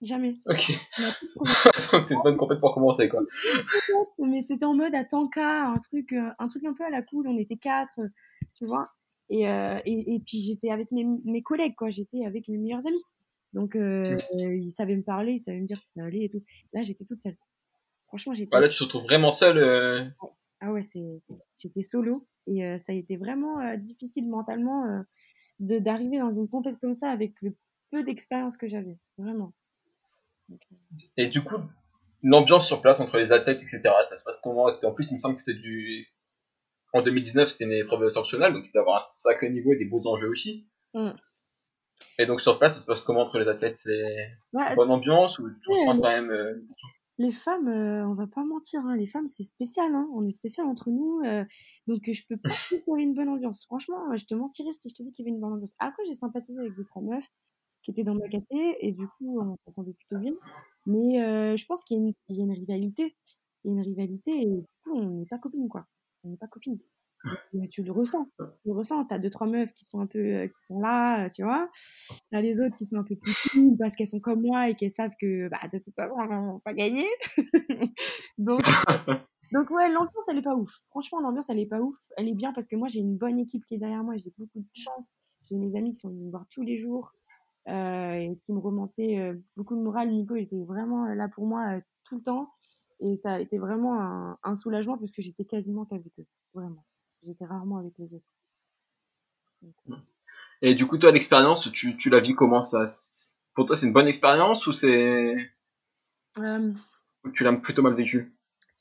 Jamais. Ok. On a tout trouvé. Donc c'est une bonne compète pour commencer, quoi. Mais c'était en mode à tant qu'à, un truc un peu à la cool. On était 4, tu vois. Et puis j'étais avec mes collègues, quoi. J'étais avec mes meilleurs amis. Donc ils savaient me parler, ils savaient me dire que ça allait et tout. Là, j'étais toute seule. Franchement, Voilà, tu te retrouves vraiment seul. ah ouais, j'étais solo et ça a été vraiment difficile mentalement d'arriver dans une compète comme ça avec le peu d'expérience que j'avais, vraiment. Donc, Et du coup, l'ambiance sur place entre les athlètes, etc., ça se passe comment? Parce qu'en plus, il me semble que c'est en 2019, c'était une épreuve sanctionnelle, donc il doit y avoir un sacré niveau et des beaux enjeux aussi. mm. Et donc sur place, ça se passe comment entre les athlètes? C'est Bah, bonne ambiance ou tu tu sais, ressens quand même les femmes, on va pas mentir, hein, les femmes, c'est spécial, hein, on est spécial entre nous, donc je peux pas dire qu'il y avait une bonne ambiance. Franchement, je te mentirais si je te dis qu'il y avait une bonne ambiance. Après, j'ai sympathisé avec 2-3 meufs qui étaient dans ma caté et du coup, on s'entendait plutôt bien. Mais je pense qu'il y a une rivalité. Il y a une rivalité et du coup, on n'est pas copines, quoi. On n'est pas copines. Donc, tu le ressens. Tu le ressens. T'as 2-3 meufs qui sont un peu, qui sont là, tu vois. T'as les autres qui sont un peu plus cool parce qu'elles sont comme moi et qu'elles savent que, bah, de toute façon, elles vont pas gagner. Donc, donc ouais, l'ambiance, elle est pas ouf. Franchement, l'ambiance, elle est pas ouf. Elle est bien parce que moi, j'ai une bonne équipe qui est derrière moi et j'ai beaucoup de chance. J'ai mes amis qui sont venus me voir tous les jours et qui me remontaient beaucoup de morale. Nico était vraiment là pour moi tout le temps. Et ça a été vraiment un soulagement parce que j'étais quasiment qu'avec eux. Vraiment. J'étais rarement avec les autres. Donc, Et du coup, toi, l'expérience, tu la vis comment ça? Pour toi, c'est une bonne expérience ou euh, ou tu l'as plutôt mal vécu?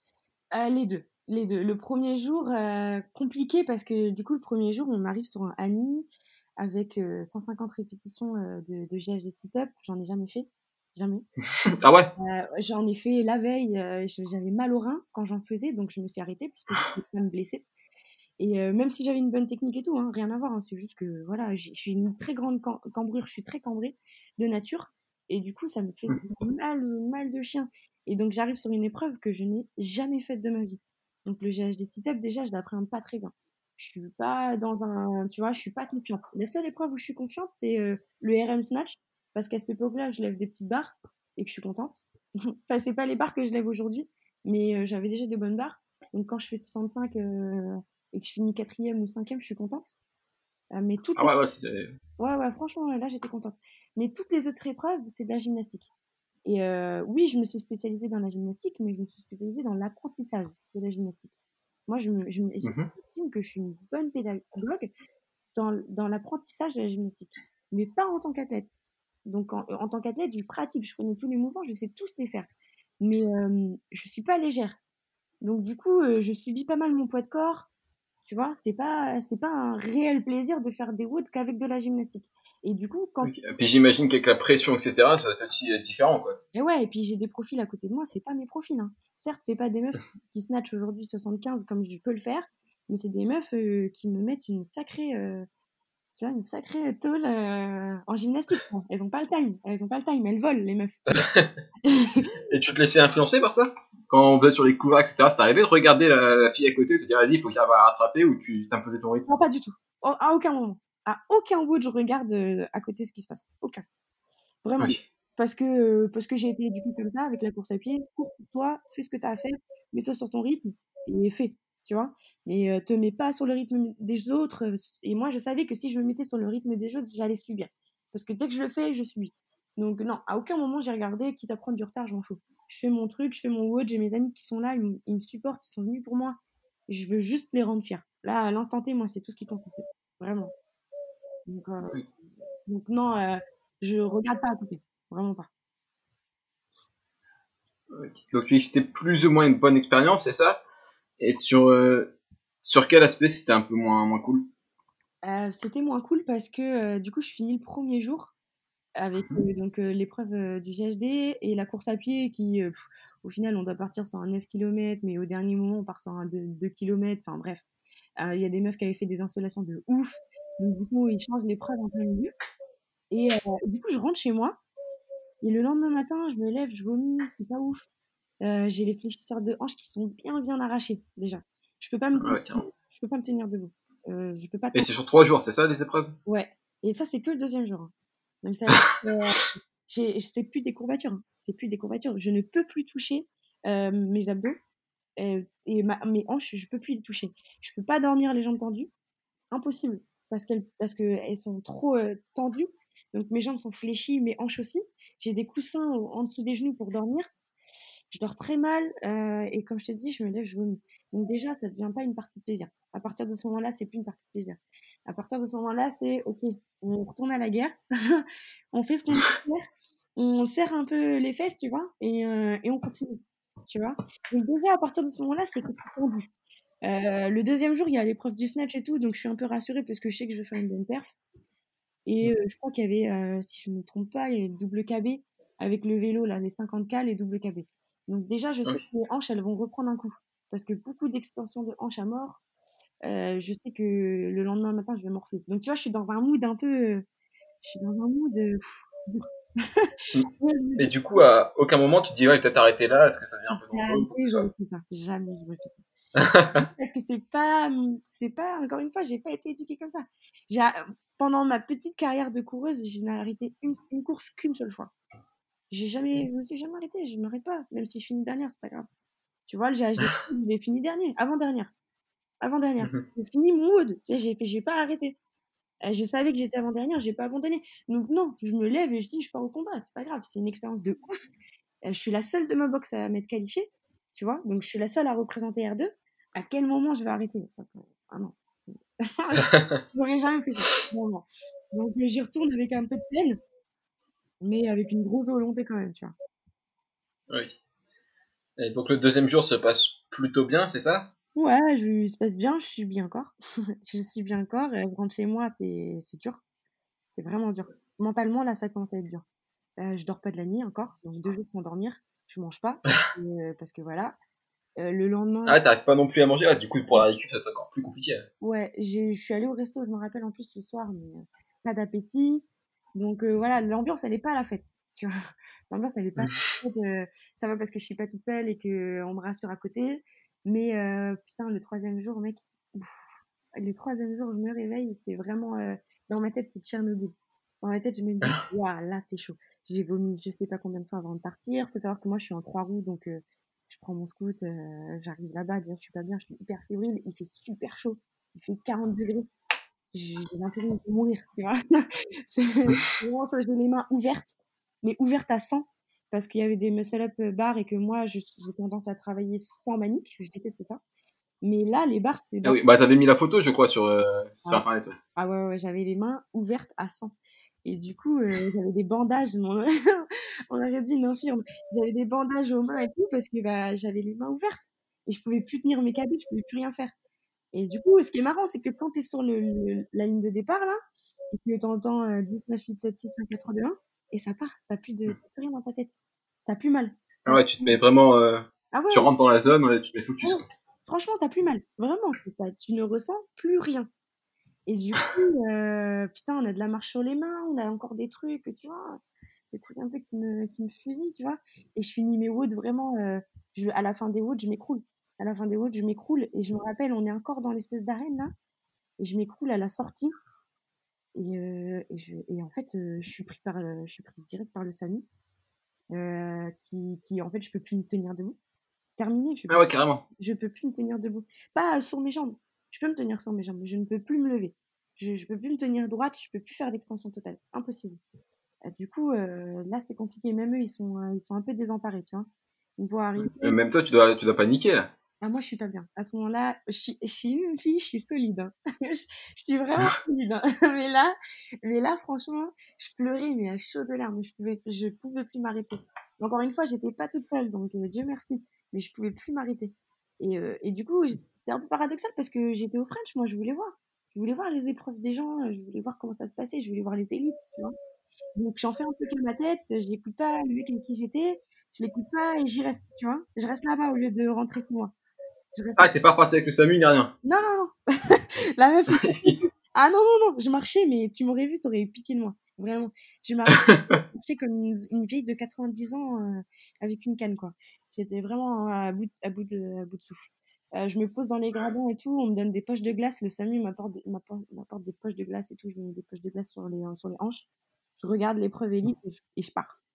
les deux. Les deux. Le premier jour, compliqué parce que du coup, le premier jour, on arrive sur un ANI avec 150 répétitions de GHD sit-up. J'en ai jamais fait. Jamais. Ah ouais? J'en ai fait la veille. J'avais mal au rein quand j'en faisais, donc je me suis arrêtée puisque je voulais pas me blesser. Et même si j'avais une bonne technique et tout, hein, rien à voir. Hein, c'est juste que voilà, je suis une très grande cambrure. Je suis très cambrée de nature. Et du coup, ça me faisait mal de chien. Et donc, j'arrive sur une épreuve que je n'ai jamais faite de ma vie. Donc, le GHD sit-up, déjà, je l'appréhende pas très bien. Je suis pas dans un, tu vois, je suis pas confiante. La seule épreuve où je suis confiante, c'est le RM snatch, parce qu'à cette époque-là, je lève des petites barres et que je suis contente. Enfin, c'est pas les barres que je lève aujourd'hui, mais j'avais déjà de bonnes barres. Donc, quand je fais 65 et que je finis 4e ou 5e, je suis contente. Mais toutes Ah les... ouais, ouais, Ouais, franchement, là, j'étais contente. Mais toutes les autres épreuves, c'est de la gymnastique. Et oui, je me suis spécialisée dans la gymnastique, mais je me suis spécialisée dans l'apprentissage de la gymnastique. Moi, Mhm. j'estime que je suis une bonne pédagogue dans l'apprentissage de la gymnastique, mais pas en tant qu'athlète. Donc, en tant qu'athlète, je pratique, je connais tous les mouvements, je sais tous les faire. Mais je suis pas légère. Donc, du coup, je subis pas mal mon poids de corps. Tu vois, c'est pas un réel plaisir de faire des WOD qu'avec de la gymnastique. Et du coup, quand Ok. Et puis j'imagine qu'avec la pression, etc., ça va être aussi différent, quoi. et ouais, et puis j'ai des profils à côté de moi, c'est pas mes profils, hein. Certes, c'est pas des meufs qui snatchent aujourd'hui 75 comme je peux le faire, mais c'est des meufs qui me mettent une sacrée, tu vois, une sacrée tôle en gymnastique, quoi. Elles ont pas le time, elles volent les meufs, tu vois. Et tu te laissais influencer par ça? Quand on va sur les couloirs, etc., c'est arrivé de regarder la fille à côté et te dire, vas-y, il faut que j'arrive à la rattraper ou tu t'imposais ton rythme? Non, pas du tout. À aucun moment. À aucun bout, je regarde à côté ce qui se passe. Aucun. Vraiment. Oui. Parce que j'ai été éduquée comme ça, avec la course à pied. Cours pour toi, fais ce que tu as à faire, mets-toi sur ton rythme et fais, tu vois. Mais te mets pas sur le rythme des autres. Et moi, je savais que si je me mettais sur le rythme des autres, j'allais subir. Parce que dès que je le fais, je subis. Donc non, à aucun moment j'ai regardé, quitte à prendre du retard, je m'en fous. Je fais mon truc, je fais mon WOD, j'ai mes amis qui sont là, ils me supportent, ils sont venus pour moi. Je veux juste les rendre fiers. Là, à l'instant T, moi, c'est tout ce qui compte, en fait. Vraiment. Donc, donc non, je regarde pas à côté. Vraiment pas. Ok. Donc tu dis que c'était plus ou moins une bonne expérience, c'est ça? Et sur quel aspect c'était un peu moins cool? C'était moins cool parce que du coup, je finis le premier jour avec donc l'épreuve du GHD et la course à pied qui, au final, on doit partir sur un 9 km, mais au dernier moment, on part sur un 2 km. Enfin bref, il y a des meufs qui avaient fait des installations de ouf. Donc du coup, ils changent l'épreuve en plein milieu. Et du coup, je rentre chez moi. Et le lendemain matin, je me lève, je vomis, c'est pas ouf. J'ai les fléchisseurs de hanches qui sont bien arrachés déjà. Je peux pas me tenir Ouais, debout. carrément. Je peux pas me tenir debout. Je peux pas Et tenir. c'est sur 3 jours, c'est ça les épreuves? Ouais. Et ça, c'est que le deuxième jour, hein. Donc ça veut dire que c'est plus des courbatures, hein. C'est plus des courbatures. Je ne peux plus toucher mes abdos et mes hanches, je peux plus les toucher. Je peux pas dormir les jambes tendues, impossible, parce que elles sont trop tendues. Donc mes jambes sont fléchies, mes hanches aussi. J'ai des coussins en dessous des genoux pour dormir. Je dors très mal et comme je te dis, je me lève, je vomis. Donc déjà, ça devient pas une partie de plaisir. À partir de ce moment-là, c'est plus une partie de plaisir. À partir de ce moment-là, c'est OK, on retourne à la guerre, on fait ce qu'on doit faire, on serre un peu les fesses, tu vois, et on continue, tu vois. Donc déjà, à partir de ce moment-là, c'est que c'est tendu. Le deuxième jour, il y a l'épreuve du snatch et tout, donc je suis un peu rassurée parce que je sais que je vais faire une bonne perf. Et je crois qu'il y avait, si je ne me trompe pas, il y avait le double KB avec le vélo, là, les 50K, les double KB. Donc déjà, je sais Ok. que mes hanches, elles vont reprendre un coup. Parce que beaucoup d'extensions de hanches à mort, je sais que le lendemain matin, je vais morfler. Donc tu vois, je suis dans un mood un peu, je suis dans un mood dur. Ouais, je me Et dis, du coup, à aucun moment, tu te dis, ouais, peut-être arrêter là, est-ce que ça devient un peu dangereux ou quoi que ce jamais j'aurais soit? fait ça. Jamais j'aurais fait ça. Parce que c'est pas, encore une fois, j'ai pas été éduquée comme ça. J'ai, pendant ma petite carrière de coureuse, je n'ai arrêté une course qu'une seule fois. Je me suis jamais arrêtée, je m'arrête pas. Même si je finis dernière, c'est pas grave. Tu vois, le GHD, je l'ai fini dernier, avant-dernière. Avant-dernière. J'ai fini mon mood. Tu sais, j'ai pas arrêté. Je savais que j'étais avant-dernière, j'ai pas abandonné. Donc non, je me lève et je dis, je pars au combat, c'est pas grave, c'est une expérience de ouf. Je suis la seule de ma box à m'être qualifiée, tu vois, donc je suis la seule à représenter R2. À quel moment je vais arrêter ça, ah non, j'aurais jamais fait ça. Non, non. Donc j'y retourne avec un peu de peine, mais avec une grosse volonté quand même, tu vois. Oui. Et donc le deuxième jour se passe plutôt bien, c'est ça? Ouais, se passe bien, je suis bien corps. Je suis bien corps. Rentrer chez moi, c'est dur. C'est vraiment dur. Mentalement, là, ça commence à être dur. Je dors pas de la nuit encore, donc 2 jours sans dormir. Je mange pas parce que voilà. Le lendemain, Ah ouais, t'arrives pas non plus à manger, ah, du coup, pour la récup, ça va être encore plus compliqué. ouais, je suis allée au resto, je me rappelle en plus le soir, mais pas d'appétit. Donc voilà, l'ambiance, elle est pas à la fête, tu vois. L'ambiance, elle est pas à la fête. Ça va parce que je suis pas toute seule et que on me rassure à côté. Mais putain, le troisième jour, mec, ouf, le troisième jour, je me réveille, c'est vraiment dans ma tête, c'est Tchernobyl. Dans ma tête, je me dis, waouh, là, c'est chaud. J'ai vomi, je sais pas combien de fois avant de partir. Faut savoir que moi, je suis en 3 roues, donc je prends mon scoot, j'arrive là-bas, déjà, je suis pas bien, je suis hyper fébrile, il fait super chaud, il fait 40 degrés. J'ai l'impression de mourir, tu vois. C'est vraiment que j'ai les mains ouvertes, mais ouvertes à 100, parce qu'il y avait des muscle-up bars et que moi, j'ai tendance à travailler sans manique, je déteste ça. Mais là, les bars, c'était Ah bien. oui, bah t'avais mis la photo, je crois, sur Ah, internet. Ouais. ah ouais, ouais, j'avais les mains ouvertes à 100. Et du coup, j'avais des bandages, on aurait dit une infirme. J'avais des bandages aux mains et tout parce que bah, j'avais les mains ouvertes et je pouvais plus tenir mes cabines, je pouvais plus rien faire. Et du coup, ce qui est marrant, c'est que quand tu es sur la ligne de départ là, et que tu entends 19, 8, 7, 6, 5, 4, 3, 2, 1, et ça part, t'as plus rien dans ta tête. T'as plus mal. Ah ouais, tu te mets vraiment, Ah ouais, tu rentres dans la zone, ouais, tu te mets ouais, focus, ouais. quoi. Franchement, t'as plus mal. Vraiment, tu ne ressens plus rien. Et du coup, putain, on a de la marche sur les mains, on a encore des trucs, tu vois, des trucs un peu qui me fusillent, tu vois. Et je finis mes WOD vraiment, à la fin des WOD, je m'écroule. À la fin des WOD, je m'écroule. Et je me rappelle, on est encore dans l'espèce d'arène là, et je m'écroule à la sortie. Et en fait, je suis prise direct par le SAMU, en fait, je peux plus me tenir debout. Terminé, Ah ouais, carrément. je peux plus me tenir debout. Pas sur mes jambes. Je peux me tenir sur mes jambes. Je ne peux plus me lever. Je peux plus me tenir droite. Je peux plus faire d'extension totale. Impossible. Du coup, là, c'est compliqué. Même eux, ils sont un peu désemparés, tu vois. Ils me voient arriver. Même toi, tu dois paniquer, là. Ah, moi, je suis pas bien. À ce moment-là, je suis une fille, je suis solide, hein. Je suis vraiment solide, hein. Mais là, franchement, je pleurais, mais à chaudes larmes. Je pouvais plus m'arrêter. Encore une fois, j'étais pas toute seule, donc Dieu merci. Mais je pouvais plus m'arrêter. Et du coup, c'était un peu paradoxal parce que j'étais au French, moi, je voulais voir. Je voulais voir les épreuves des gens, je voulais voir comment ça se passait, je voulais voir les élites, tu vois. Donc, j'en fais un peu qu'à ma tête, je l'écoute pas, le mec avec qui j'étais, je l'écoute pas et j'y reste, tu vois. Je reste là-bas au lieu de rentrer chez moi. Je reste. Ah, t'es pas reparti avec le SAMU ni rien. Non, non, non. La meuf, ah non, non, non, je marchais, mais tu m'aurais vu, t'aurais eu pitié de moi. Vraiment. Je marchais comme une vieille de 90 ans avec une canne, quoi. J'étais vraiment à bout de souffle. Je me pose dans les gradins et tout, on me donne des poches de glace. Le SAMU m'apporte des poches de glace et tout. Je me mets des poches de glace sur les hanches. Je regarde l'épreuve élite et je pars.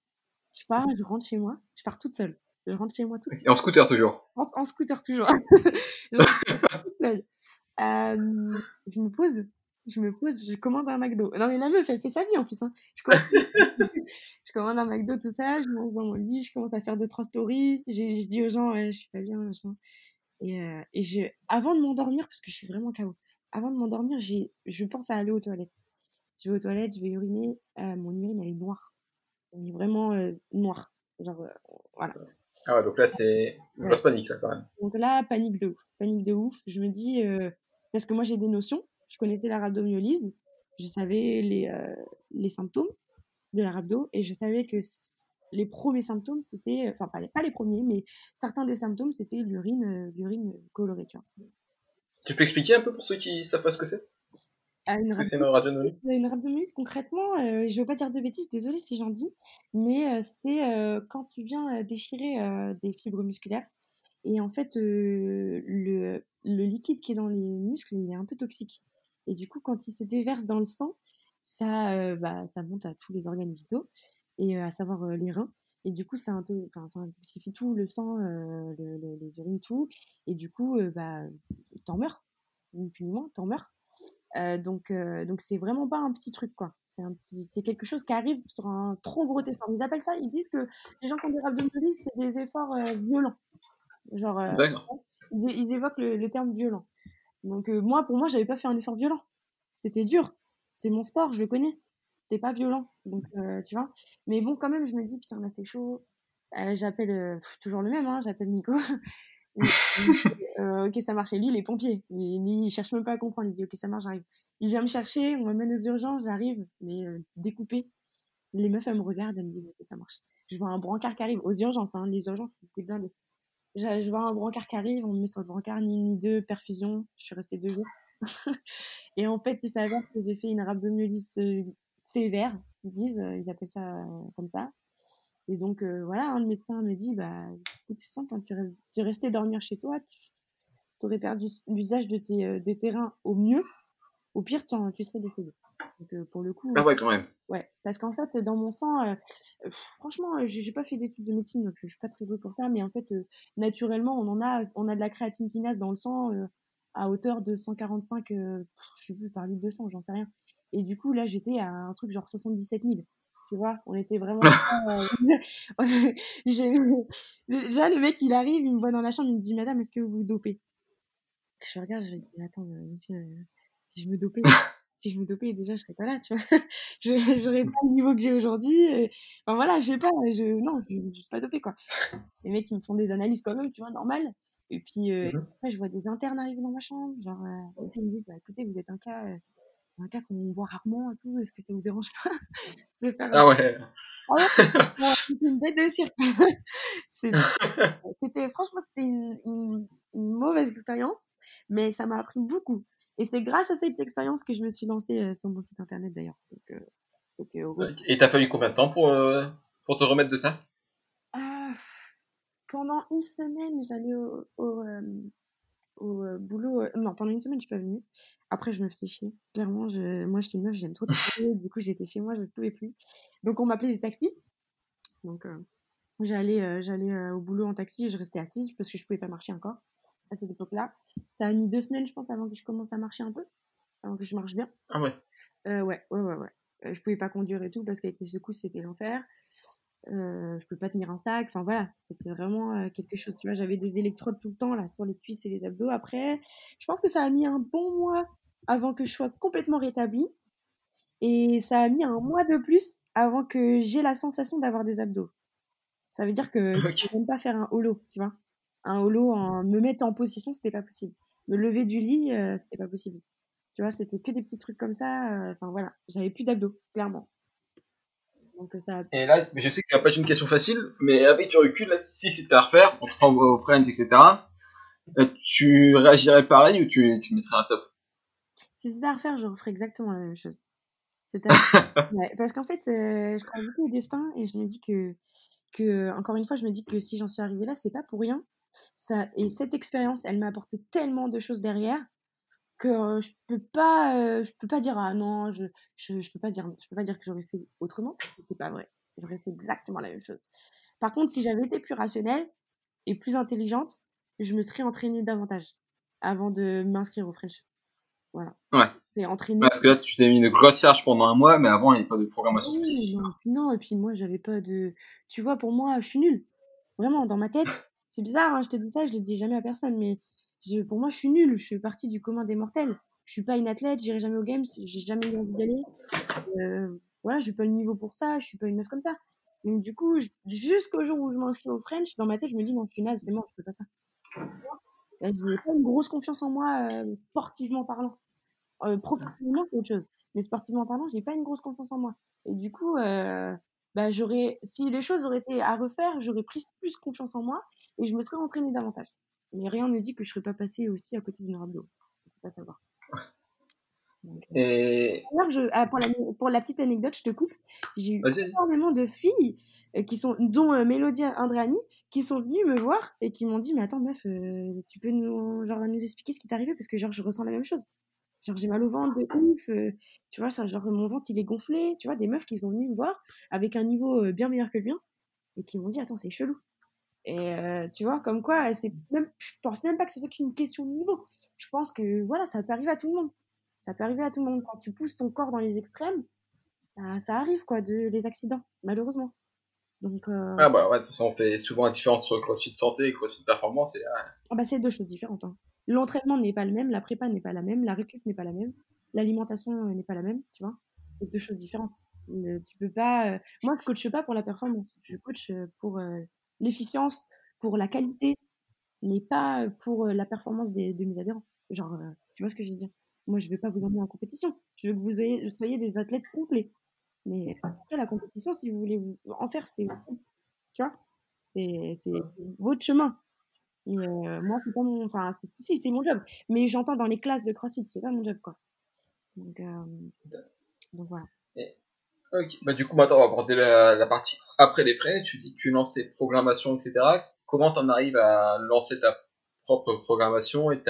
je rentre chez moi, je pars toute seule. Je rentre chez moi toute seule. Et en scooter toujours. En scooter toujours. Je rentre toute seule. Je me pose, je commande un McDo. Non mais la meuf, elle fait sa vie en plus. Hein. Je commande un McDo, tout ça, je mange dans mon lit, je commence à faire 2-3 stories. Je dis aux gens, ouais, je suis pas bien, machin. Et avant de m'endormir, parce que je suis vraiment KO, avant de m'endormir, je pense à aller aux toilettes. Je vais aux toilettes, je vais uriner. Mon urine, elle est noire. Elle est vraiment noire. Genre, voilà. Ah ouais, donc là, c'est une grosse panique, là, quand même. Donc là, panique de ouf. Panique de ouf. Je me dis, parce que moi, j'ai des notions. Je connaissais la rhabdomyolyse. Je savais les symptômes de la rhabdo. Et je savais que les premiers symptômes, c'était... Enfin, pas les premiers, mais certains des symptômes, c'était l'urine colorée, tu vois. Tu peux expliquer un peu pour ceux qui savent pas ce que c'est? Est-ce que c'est une rhabdomyolyse? Une rhabdomyolyse, concrètement, je ne veux pas dire de bêtises, désolée si j'en dis, mais c'est quand tu viens déchirer des fibres musculaires. Et en fait, le liquide qui est dans les muscles, il est un peu toxique. Et du coup, quand il se déverse dans le sang, ça monte à tous les organes vitaux, et à savoir les reins. Et du coup, ça intoxifie tout, le sang, les urines, tout. Et du coup, t'en meurs. Ni plus ni moins, t'en meurs. Donc c'est vraiment pas un petit truc, quoi. C'est quelque chose qui arrive sur un trop gros effort. Ils appellent ça, ils disent que les gens qui ont des rhabdomyolyses, c'est des efforts violents. Genre, D'accord. ils évoquent le terme violent. Donc pour moi, j'avais pas fait un effort violent. C'était dur. C'est mon sport, je le connais. C'était pas violent. Donc, tu vois. Mais bon, quand même, je me dis, putain, là, c'est chaud. J'appelle toujours le même, hein, j'appelle Nico. Ok, ça marche. Et lui, il est pompier. Il cherche même pas à comprendre. Il dit, ok, ça marche, j'arrive. Il vient me chercher, on m'amène aux urgences, j'arrive, mais découpé. Les meufs, elles me regardent, elles me disent, ok, ça marche. Je vois un brancard qui arrive aux urgences, hein. Les urgences, c'était blindé. Je vois un brancard qui arrive, on me met sur le brancard, ni deux, perfusion. Je suis restée 2 jours. Et en fait, il s'avère que j'ai fait une rhabdomyolyse sévère, ils appellent ça comme ça. Et donc, voilà, hein, le médecin me dit, bah, écoute, c'est simple, quand tu restais dormir chez toi, tu aurais perdu l'usage de tes reins au mieux. Au pire, tu serais décédé. Donc, pour le coup, Ah ouais, quand même. ouais. Parce qu'en fait, dans mon sang, franchement, j'ai pas fait d'études de médecine, donc je suis pas très douée pour ça, mais en fait, naturellement, on a de la créatine kinase dans le sang à hauteur de 145, je sais plus, par litre de sang, j'en sais rien. Et du coup, là, j'étais à un truc genre 77 000. Tu vois, on était vraiment. Déjà, le mec, il arrive, il me voit dans la chambre, il me dit, Madame, est-ce que vous vous dopez? Je regarde, je lui dis, attends, monsieur, si je me dopais, déjà, je serais pas là, tu vois. J'aurais pas le niveau que j'ai aujourd'hui. Enfin, voilà, je sais pas, non, je suis pas dopée, quoi. Les mecs, ils me font des analyses quand même, tu vois, normal. Et puis, après, je vois des internes arriver dans ma chambre. Genre, et puis ils me disent, bah, écoutez, vous êtes un cas qu'on voit rarement et tout. Est-ce que ça vous dérange pas de faire Ah ouais. Ah ouais, c'était une bête de cirque. Franchement, c'était une mauvaise expérience, mais ça m'a appris beaucoup. Et c'est grâce à cette expérience que je me suis lancée sur mon site internet d'ailleurs. Et t'as fallu combien de temps pour te remettre de ça? Pendant une semaine, j'allais au boulot. Non, pendant une semaine, je suis pas venue. Après, je me faisais chier. Clairement, moi, je suis une meuf, j'aime trop travailler. Du coup, j'étais chez moi, je ne pouvais plus. Donc, on m'appelait des taxis. Donc, j'allais au boulot en taxi, je restais assise parce que je pouvais pas marcher encore à cette époque-là. Ça a mis 2 semaines, je pense, avant que je commence à marcher un peu, avant que je marche bien. Ah ouais. Ouais. Je pouvais pas conduire et tout parce qu'avec les secousses, c'était l'enfer. Je pouvais pas tenir un sac. Enfin voilà, c'était vraiment quelque chose. Tu vois, j'avais des électrodes tout le temps là sur les cuisses et les abdos. Après, je pense que ça a mis un bon mois avant que je sois complètement rétablie. Et ça a mis un mois de plus avant que j'ai la sensation d'avoir des abdos. Ça veut dire que je ne Ok. pouvais même pas faire un holo, tu vois. Un holo, me mettre en position, c'était pas possible. Me lever du lit, c'était pas possible. Tu vois, c'était que des petits trucs comme ça. Enfin voilà, j'avais plus d'abdos, clairement. Donc ça. Et là, je sais que ça va pas être une question facile, mais avec du recul, là, si c'était à refaire, on te renvoie aux Friends, etc., tu réagirais pareil ou tu mettrais un stop? Si c'était à refaire, je referais exactement la même chose. Ouais, parce qu'en fait, je crois beaucoup au destin et je me dis que encore une fois, je me dis que si j'en suis arrivée là, c'est pas pour rien. Et cette expérience, elle m'a apporté tellement de choses derrière que je peux pas dire ah non, je peux pas dire que j'aurais fait autrement, parce que c'est pas vrai. J'aurais fait exactement la même chose. Par contre, si j'avais été plus rationnelle et plus intelligente, je me serais entraînée davantage avant de m'inscrire au French. Voilà. Ouais. Et entraîner. Parce que là, tu t'es mis une grosse charge pendant un mois, mais avant, il n'y avait pas de programmation Oui, spécifique. non, et puis moi, j'avais pas de. Tu vois, pour moi, je suis nulle. Vraiment, dans ma tête, c'est bizarre, hein, je te dis ça, je le dis jamais à personne, mais pour moi, je suis nulle. Je fais partie du commun des mortels. Je suis pas une athlète, j'irai jamais aux Games, j'ai jamais eu envie d'y aller. Voilà, j'ai pas le niveau pour ça, je suis pas une meuf comme ça. Donc, du coup, jusqu'au jour où je m'inscris au French, dans ma tête, je me dis, non, je suis naze, c'est mort, je peux pas ça. J'ai pas une grosse confiance en moi, sportivement parlant. Professionnellement, c'est autre chose. Mais sportivement parlant, j'ai pas une grosse confiance en moi. Et du coup, bah, si les choses auraient été à refaire, j'aurais pris plus confiance en moi et je me serais entraînée davantage. Mais rien ne dit que je serais pas passée aussi à côté d'une rando. Je peux pas savoir. Donc, Et. d'ailleurs, pour la petite anecdote, je te coupe. J'ai eu Vas-y. énormément de filles dont Mélodie Indrani, qui sont venues me voir et qui m'ont dit, mais attends, meuf, tu peux nous expliquer ce qui t'est arrivé parce que genre, je ressens la même chose. Genre, j'ai mal au ventre de ouf. Tu vois, ça, genre, mon ventre, il est gonflé. Tu vois, des meufs qui sont venues me voir avec un niveau bien meilleur que le mien et qui m'ont dit, attends, c'est chelou. Et tu vois, comme quoi, je pense même pas que ce soit qu'une question de niveau. Je pense que, voilà, ça peut arriver à tout le monde. Ça peut arriver à tout le monde. Quand tu pousses ton corps dans les extrêmes, bah, ça arrive, quoi, les accidents, malheureusement. Donc, Ah bah ouais, de toute façon, on fait souvent la différence entre CrossFit santé et CrossFit performance. Et, bah, c'est deux choses différentes, hein. L'entraînement n'est pas le même, la prépa n'est pas la même, la récup n'est pas la même, l'alimentation n'est pas la même, tu vois. C'est deux choses différentes. Tu peux pas. Moi, je coache pas pour la performance. Je coach pour l'efficience, pour la qualité, mais pas pour la performance de mes adhérents. Genre, tu vois ce que je veux dire? Moi, je vais pas vous emmener en compétition. Je veux que vous soyez des athlètes complets. Mais après, la compétition, si vous voulez en faire, tu vois, c'est votre chemin. Mais moi, c'est pas mon. Enfin, si, c'est mon job. Mais j'entends dans les classes de CrossFit, c'est pas mon job, quoi. Donc, voilà. et- Ok, bah du coup, maintenant, on va aborder la partie après les trains. Tu dis que tu lances tes programmations, etc. Comment t'en arrives à lancer ta propre programmation et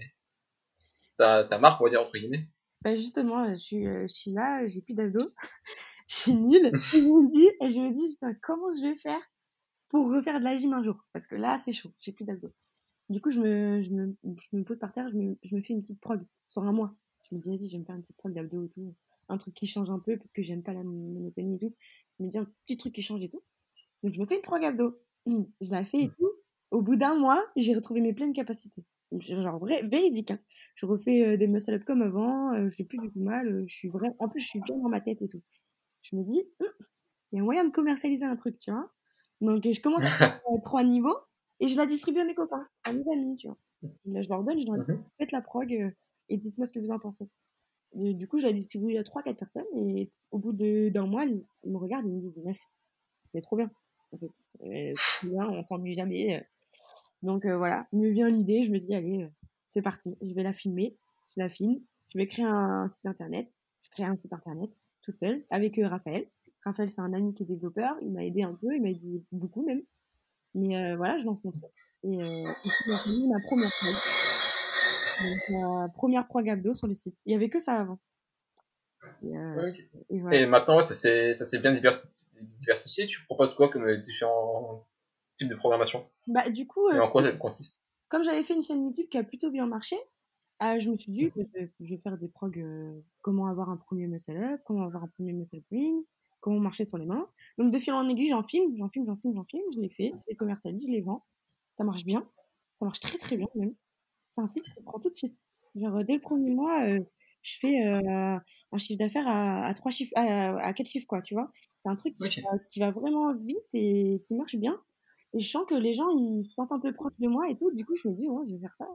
ta marque, on va dire, entre guillemets? Bah, justement, je suis là, j'ai plus d'abdos, je suis nulle. Et je me dis, putain, comment je vais faire pour refaire de la gym un jour? Parce que là, c'est chaud, j'ai plus d'abdos. Du coup, je me pose par terre, je me fais une petite prog sur un mois. Je me dis, vas-y, je vais me faire une petite prog d'abdos et tout. Un truc qui change un peu parce que j'aime pas la monotonie et tout. Je me dis, un petit truc qui change et tout. Donc, je me fais une prog abdos. Je la fais et tout. Au bout d'un mois, j'ai retrouvé mes pleines capacités. Donc, genre, véridique, hein. Je refais des muscle-up comme avant. J'ai plus du tout mal. Je suis vrai. En plus, je suis bien dans ma tête et tout. Je me dis, il y a moyen de commercialiser un truc, tu vois. Donc, je commence à faire 3 niveaux et je la distribue à mes copains, à mes amis, tu vois. Et là, je leur donne, je leur dis, Mhm. faites la prog et dites-moi ce que vous en pensez. Et du coup, je la distribue à 3-4 personnes et au bout d'un mois, ils me regardent et ils me disent, meuf, c'est trop bien. En fait, c'est trop bien, on s'ennuie jamais. Donc voilà, me vient l'idée, je me dis, allez, c'est parti, je vais la filmer, je la filme, je vais créer un site internet, je crée un site internet toute seule avec Raphaël. Raphaël, c'est un ami qui est développeur, il m'a aidé un peu, il m'a aidé beaucoup même. Mais voilà, je lance mon truc. Et puis, j'ai mis ma première prog. Donc, première prog abdo sur le site. Il y avait que ça avant. Et, Ok. et voilà. Et maintenant, ouais, ça s'est bien diversifié. Tu proposes quoi comme différents types de programmation? Bah, du coup, Et en quoi ça consiste? comme j'avais fait une chaîne YouTube qui a plutôt bien marché, je me suis dit que je vais faire des progs, comment avoir un premier muscle up, comment avoir un premier muscle brings, comment marcher sur les mains. Donc de fil en aiguille, j'en filme, je les fais, je les commercialise, je les vends. Ça marche bien, ça marche très très bien même. C'est un site qui prend tout de suite. Genre dès le premier mois, je fais un chiffre d'affaires à 3 chiffres, à 4 chiffres quoi, tu vois. C'est un truc Ok. qui va vraiment vite et qui marche bien. Et je sens que les gens ils se sentent un peu proches de moi et tout. Du coup, je me dis, ouais, je vais faire ça.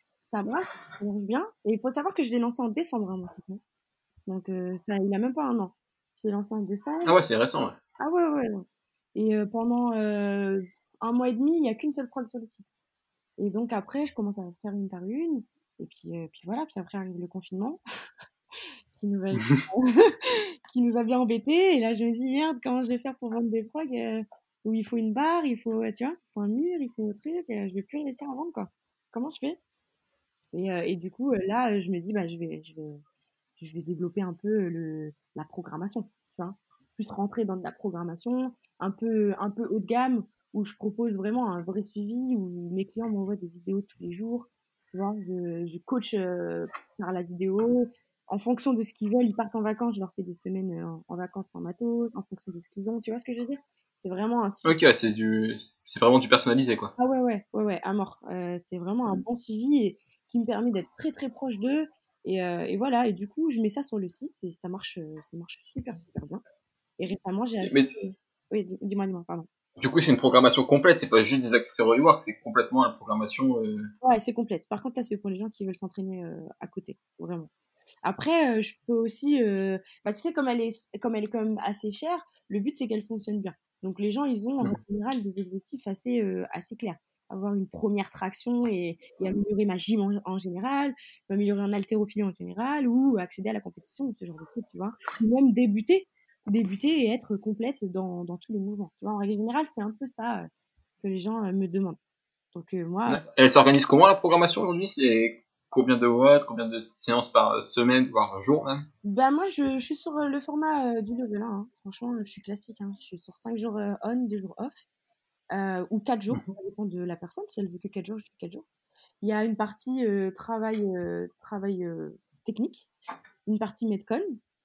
Ça marche bien. Et il faut savoir que je l'ai lancé en décembre, hein, mon site, hein. Donc, il a même pas un an. Je l'ai lancé en Ah décembre. ouais, c'est récent, ouais. Ah ouais, ouais, ouais. Et pendant un mois et demi, il n'y a qu'une seule prod sur le site. Et donc après, je commence à faire une par une. Et puis voilà, puis après arrive le confinement qui nous a, qui nous a bien embêtés. Et là, je me dis, merde, comment je vais faire pour vendre des prods où il faut une barre, il faut, tu vois, il faut un mur, il faut un truc. Je vais plus réussir à vendre, quoi. Comment je fais? Et du coup, là, je me dis, bah, je vais développer un peu la programmation, tu vois. plus rentrer dans de la programmation, un peu haut de gamme, où je propose vraiment un vrai suivi, où mes clients m'envoient des vidéos tous les jours. Tu vois, je coach par la vidéo. En fonction de ce qu'ils veulent, ils partent en vacances, je leur fais des semaines en vacances sans matos, en fonction de ce qu'ils ont. Tu vois ce que je veux dire? C'est vraiment un suivi. Ok, c'est vraiment du personnalisé, quoi. Ah ouais, à mort. C'est vraiment un bon suivi et qui me permet d'être très très proche d'eux. Et voilà, et du coup, je mets ça sur le site et ça marche super super bien. Et récemment, j'ai Ok, acheté. mais Oui, dis-moi, pardon. du coup, c'est une programmation complète, c'est pas juste des accessoires rework, c'est complètement la programmation. Ouais, c'est complète. Par contre, là, c'est pour les gens qui veulent s'entraîner à côté, vraiment. Après, je peux aussi, bah, tu sais, comme elle est quand même assez chère, le but c'est qu'elle fonctionne bien. Donc les gens, ils ont en général des objectifs assez clairs. Avoir une première traction et améliorer ma gym en général, améliorer en haltérophilie en général, ou accéder à la compétition, ou ce genre de trucs, tu vois. Ou même débuter et être complète dans tous les mouvements. Tu vois, en règle générale, c'est un peu ça que les gens me demandent. Donc moi, Elle s'organise comment la programmation aujourd'hui? C'est combien de watts, combien de séances par semaine, voire jour même? bah moi, je suis sur le format du level 1, hein. Franchement, je suis classique, hein. Je suis sur 5 jours on, 2 jours off, ou 4 jours. Ça dépend de la personne. Si elle veut que 4 jours, je fais 4 jours. Il y a une partie travail technique, une partie Metcon,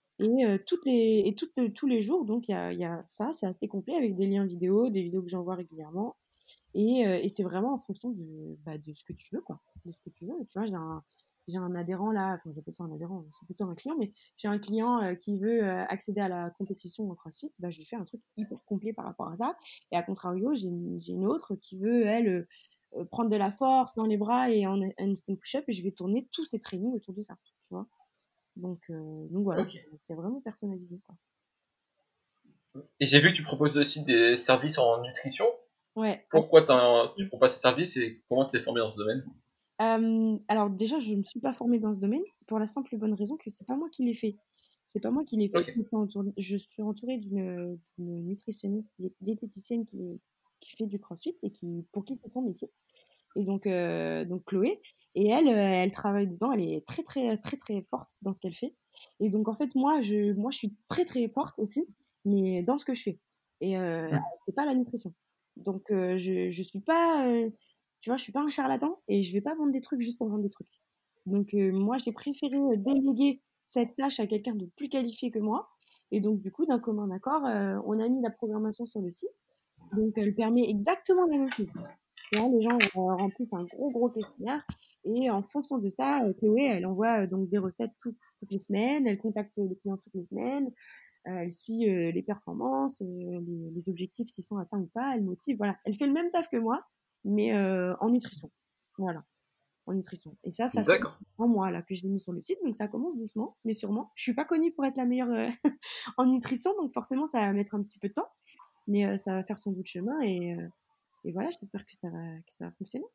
tous les jours, donc il y a ça, c'est assez complet avec des liens vidéo, des vidéos que j'envoie régulièrement. Et c'est vraiment en fonction de ce que tu veux, quoi. De ce que tu veux. Tu vois, j'ai un adhérent là, enfin, j'appelle ça un adhérent, c'est plutôt un client, mais j'ai un client qui veut accéder à la compétition en CrossFit. Bah, je lui fais un truc hyper complet par rapport à ça. Et à contrario, j'ai une autre qui veut, elle, prendre de la force dans les bras et en handstand push-up, et je vais tourner tous ses trainings autour de ça, tu vois. Donc voilà, Ok. c'est vraiment personnalisé, quoi. Et j'ai vu que tu proposes aussi des services en nutrition. Ouais. Pourquoi tu proposes ces services et comment tu t'es formé dans ce domaine? Alors déjà, je ne me suis pas formée dans ce domaine pour la simple et bonne raison que c'est pas moi qui l'ai fait. C'est pas moi qui l'ai fait. Ok. Je suis entourée d'une nutritionniste diététicienne qui fait du CrossFit et pour qui c'est son métier. Et donc Chloé, et elle travaille dedans. Elle est très très très très forte dans ce qu'elle fait. Et donc en fait moi je suis très très forte aussi, mais dans ce que je fais. Et c'est pas la nutrition. Donc je suis pas tu vois, je suis pas un charlatan et je vais pas vendre des trucs juste pour vendre des trucs. Donc moi j'ai préféré déléguer cette tâche à quelqu'un de plus qualifié que moi. Et donc du coup d'un commun accord, on a mis la programmation sur le site. Donc elle permet exactement la même chose. Tu vois, les gens remplissent un gros questionnaire et en fonction de ça, Chloé, elle envoie donc des recettes toutes les semaines, elle contacte les clients toutes les semaines, elle suit les performances, les objectifs s'ils sont atteints ou pas, elle motive, voilà. Elle fait le même taf que moi, mais en nutrition. Voilà, en nutrition. Et ça fait D'accord. 1 mois là que je l'ai mis sur le site, donc ça commence doucement, mais sûrement. Je suis pas connue pour être la meilleure en nutrition, donc forcément ça va mettre un petit peu de temps, mais ça va faire son bout de chemin et voilà, j'espère que ça va fonctionner.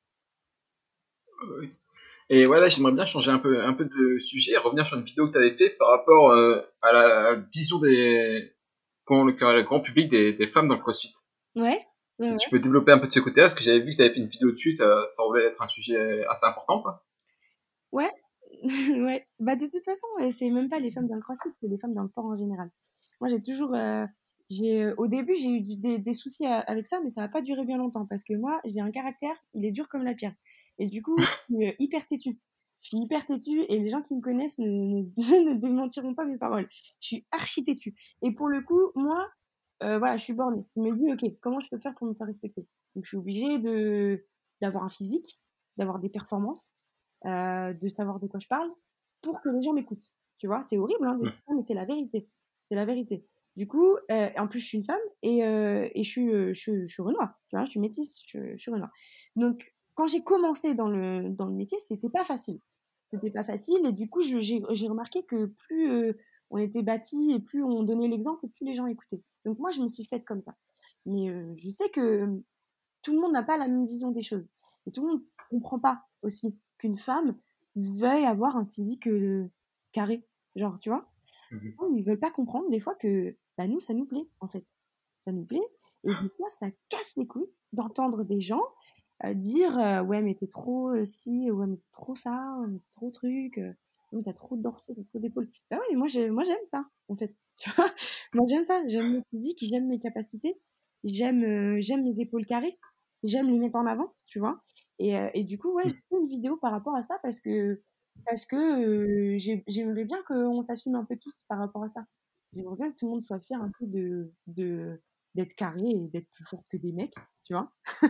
Oui. Et voilà, j'aimerais bien changer un peu de sujet et revenir sur une vidéo que tu avais fait par rapport à la vision le grand public des femmes dans le CrossFit. Ouais, ouais, Si ouais. tu peux développer un peu de ce côté-là, parce que j'avais vu que tu avais fait une vidéo dessus, ça semblait être un sujet assez important, quoi. Ouais, ouais. Bah, de toute façon, c'est même pas les femmes dans le CrossFit, c'est les femmes dans le sport en général. Moi, au début, j'ai eu des soucis avec ça, mais ça n'a pas duré bien longtemps parce que moi, j'ai un caractère, il est dur comme la pierre. Et du coup, je suis hyper têtue. Je suis hyper têtue et les gens qui me connaissent ne démentiront pas mes paroles. Je suis archi têtue. Et pour le coup, moi, voilà, je suis bornée. Je me dis, OK, comment je peux faire pour me faire respecter? Donc, je suis obligée d'avoir un physique, d'avoir des performances, de savoir de quoi je parle pour que les gens m'écoutent. Tu vois, c'est horrible hein, de dire ça, mais c'est la vérité. C'est la vérité. Du coup, en plus, je suis une femme et je suis renois. Tu vois, je suis métisse, je suis renois. Donc, quand j'ai commencé dans le métier, c'était pas facile. C'était pas facile et du coup, j'ai remarqué que plus on était bâtis et plus on donnait l'exemple, plus les gens écoutaient. Donc, moi, je me suis faite comme ça. Mais je sais que tout le monde n'a pas la même vision des choses. Et tout le monde ne comprend pas aussi qu'une femme veuille avoir un physique carré. Genre, tu vois, Mhm. ils veulent pas comprendre des fois que bah, nous, ça nous plaît, en fait. Ça nous plaît. Et des fois, ça casse les couilles d'entendre des gens dire ouais, mais t'es trop ci, ouais, mais t'es trop ça, ouais, mais t'es trop truc. «Non, mais t'as trop de dorsaux, t'as trop d'épaules». Bah ouais, mais moi j'aime ça, en fait. Tu vois? Moi j'aime ça, j'aime mon physique, j'aime mes capacités, j'aime mes épaules carrées, j'aime les mettre en avant, tu vois? Et du coup, ouais, j'ai fait une vidéo par rapport à ça parce que j'aimerais bien qu'on s'assume un peu tous par rapport à ça. J'aimerais bien que tout le monde soit fier un peu d'être carré et d'être plus forte que des mecs, tu vois?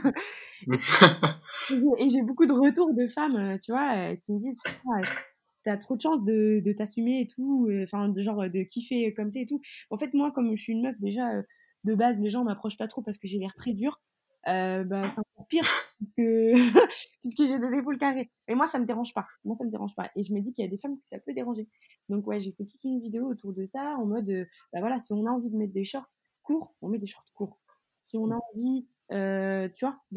Et j'ai beaucoup de retours de femmes, tu vois, qui me disent: «Putain, tu trop de chance de t'assumer et tout, enfin, de genre, de kiffer comme tu et tout». En fait, moi, comme je suis une meuf, déjà, de base, les gens m'approchent pas trop parce que j'ai l'air très dure. Bah, c'est encore pire que puisque j'ai des épaules carrées. Mais moi, ça me dérange pas. Moi, ça me dérange pas. Et je me dis qu'il y a des femmes que ça peut déranger. Donc, ouais, j'ai fait toute une vidéo autour de ça, en mode, bah voilà, si on a envie de mettre des shorts courts, on met des shorts courts. Si on a envie, tu vois,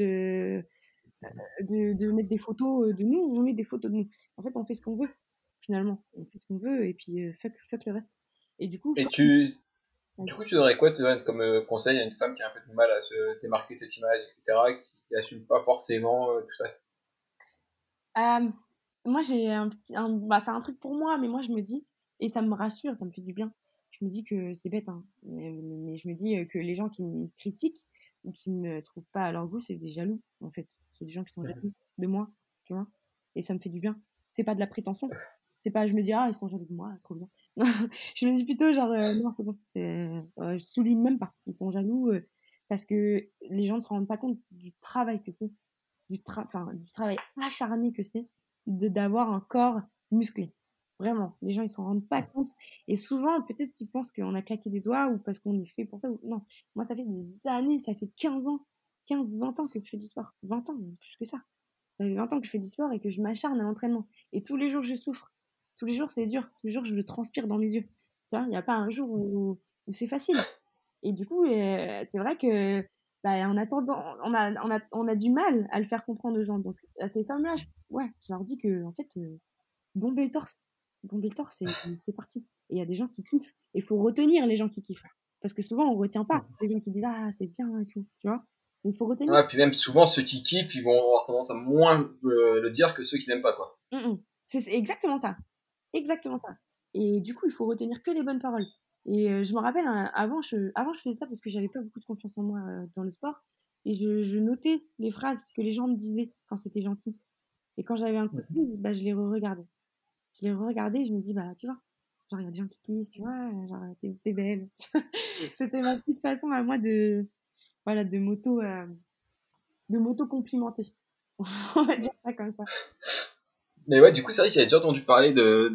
de mettre des photos de nous, on met des photos de nous. En fait, on fait ce qu'on veut, finalement. On fait ce qu'on veut et puis fuck le reste. Et du coup, Et ouais. du coup, tu donnerais quoi comme conseil à une femme qui a un peu de mal à se démarquer de cette image, etc., qui assume pas forcément tout ça? Euh, moi, bah, c'est un truc pour moi, mais moi, je me dis, et ça me rassure, ça me fait du bien. Je me dis que c'est bête, hein, mais je me dis que les gens qui me critiquent ou qui me trouvent pas à leur goût, c'est des jaloux, en fait. C'est des gens qui sont jaloux de moi, tu vois. Et ça me fait du bien. C'est pas de la prétention. C'est pas, je me dis, ah, ils sont jaloux de moi, trop bien. Je me dis plutôt, genre, non, c'est bon. Je souligne même pas. Ils sont jaloux parce que les gens ne se rendent pas compte du travail que c'est du travail acharné que c'est d'avoir un corps musclé. Vraiment, les gens ils s'en rendent pas compte. Et souvent, peut-être ils pensent qu'on a claqué des doigts ou parce qu'on est fait pour ça. Non, moi ça fait des années, ça fait 15 ans, 15-20 ans que je fais du sport. 20 ans, même plus que ça. Ça fait 20 ans que je fais du sport et que je m'acharne à l'entraînement. Et tous les jours, je souffre. Tous les jours, c'est dur. Tous les jours, je le transpire dans mes yeux. Tu vois, il n'y a pas un jour où c'est facile. Et du coup, c'est vrai que bah, en attendant, on a du mal à le faire comprendre aux gens. Donc, à ces femmes-là, ouais, je leur dis que, en fait, bomber le torse. Bomber le torse, c'est parti. Et il y a des gens qui kiffent. Et il faut retenir les gens qui kiffent. Parce que souvent, on ne retient pas les gens qui disent ah, c'est bien et tout. Tu vois? Il faut retenir. Ouais, puis même souvent, ceux qui kiffent, ils vont avoir tendance à moins le dire que ceux qui n'aiment pas, quoi. C'est exactement ça. Exactement ça. Et du coup, il faut retenir que les bonnes paroles. Et je me rappelle, hein, avant, je faisais ça parce que j'avais pas beaucoup de confiance en moi dans le sport. Et je notais les phrases que les gens me disaient quand c'était gentil. Et quand j'avais un coup de blues, bah, je les re-regardais. Je les re-regardais et je me dis, bah, tu vois, genre, il y a des gens qui kiffent, tu vois, genre, t'es belle. C'était ma petite façon à moi voilà, de m'auto-complimenter. On va dire ça comme ça. Mais ouais, du coup, c'est vrai que j'avais déjà entendu parler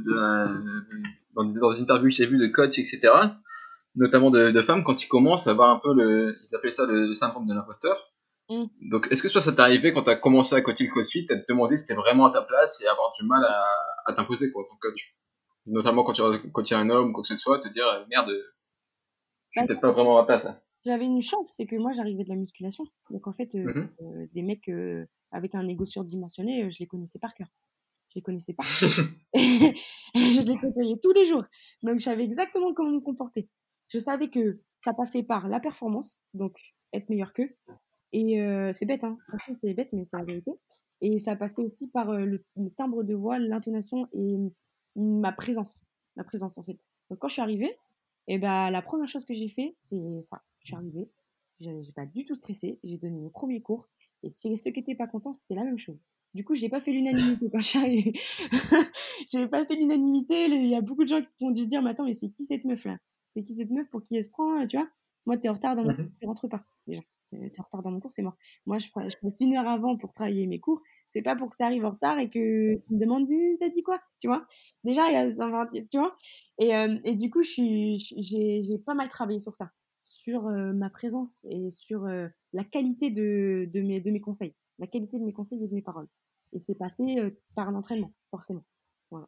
dans des interviews que j'ai vues de coachs, etc., notamment de femmes, quand ils commencent à avoir un peu ils appellent ça le syndrome de l'imposteur. Mm. Donc, est-ce que ça t'est arrivé quand t'as commencé à coacher le CrossFit, à te demander si t'étais vraiment à ta place et avoir du mal à t'imposer, quoi, en tant que coach? Notamment quand tu coaches un homme ou quoi que ce soit, te dire, merde, je Bah, suis peut-être pas vraiment à ma place, là. j'avais une chance, c'est que moi, j'arrais de la musculation. Donc, en fait, Mhm. des mecs avec un ego surdimensionné, je les connaissais par cœur. Je les connaissais par cœur. Je les côtoyais tous les jours. Donc, je savais exactement comment me comporter. Je savais que ça passait par la performance, donc être meilleur qu'eux. Et c'est bête, hein. Franchement, c'est bête, mais c'est la vérité. Et ça passait aussi par le timbre de voix, l'intonation et ma présence. Ma présence, en fait. Donc, quand je suis arrivée, et ben, la première chose que j'ai fait, c'est ça. Je suis arrivée, j'ai pas du tout stressé, j'ai donné mes premiers cours, et ceux qui étaient pas contents, c'était la même chose. Du coup, j'ai pas fait l'unanimité quand je suis arrivée. J'ai pas fait l'unanimité. Il y a beaucoup de gens qui ont dû se dire, mais attends, mais c'est qui cette meuf-là? C'est qui cette meuf pour qui elle se prend, tu vois? Moi, t'es en retard dans mon cours, Mhm. tu rentres pas, déjà. T'es en retard dans mon cours, c'est mort. Moi, je passe 1 heure avant pour travailler mes cours. C'est pas pour que tu arrives en retard et que tu me demandes, t'as dit quoi? Tu vois? Déjà, tu vois? Et du coup, j'ai pas mal travaillé sur ça, sur ma présence et sur la qualité de mes conseils, la qualité de mes conseils et de mes paroles. Et c'est passé par l'entraînement, forcément. Voilà.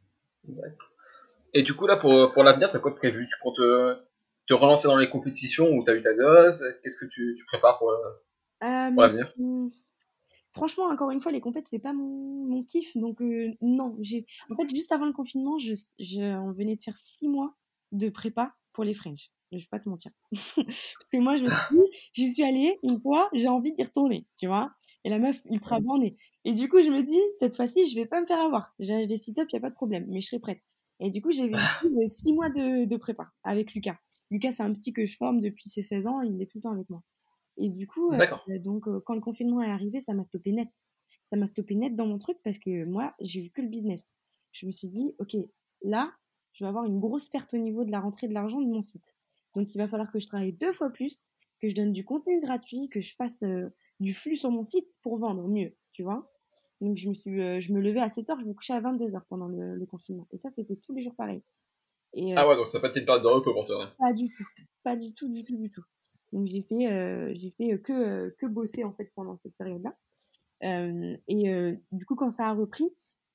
Et du coup, là, pour l'avenir, t'as quoi de prévu? Tu comptes te relancer dans les compétitions où t'as eu ta dose? Qu'est-ce que tu prépares pour Euh, l'avenir? Franchement, encore une fois, les compètes, c'est pas mon kiff. Donc, non. En fait, juste avant le confinement, on venait de faire 6 mois de prépa pour les French. Je vais pas te mentir. Parce que moi, je me suis dit, j'y suis allée une fois, j'ai envie d'y retourner, tu vois. Et la meuf ultra bornée. Et du coup, je me dis, cette fois-ci, je vais pas me faire avoir. J'ai des sit-ups, y a pas de problème, mais je serai prête. Et du coup, j'ai vécu 6 mois de prépa avec Lucas. Lucas, c'est un petit que je forme depuis ses 16 ans, il est tout le temps avec moi. Et du coup, D'accord. donc, quand le confinement est arrivé, ça m'a stoppé net. Ça m'a stoppé net dans mon truc parce que moi, j'ai vu que le business. Je me suis dit, OK, là, je vais avoir une grosse perte au niveau de la rentrée de l'argent de mon site. Donc, il va falloir que je travaille 2 fois plus, que je donne du contenu gratuit, que je fasse du flux sur mon site pour vendre mieux, tu vois. Donc, je me levais à 7h, je me couchais à 22h pendant le confinement. Et ça, c'était tous les jours pareil. Et Ah ouais, donc ça n'a pas été une période de repos pour toi. Ouais. pas du tout. Pas du tout, du tout, du tout. Donc j'ai fait que bosser en fait pendant cette période-là. Du coup, quand ça a repris,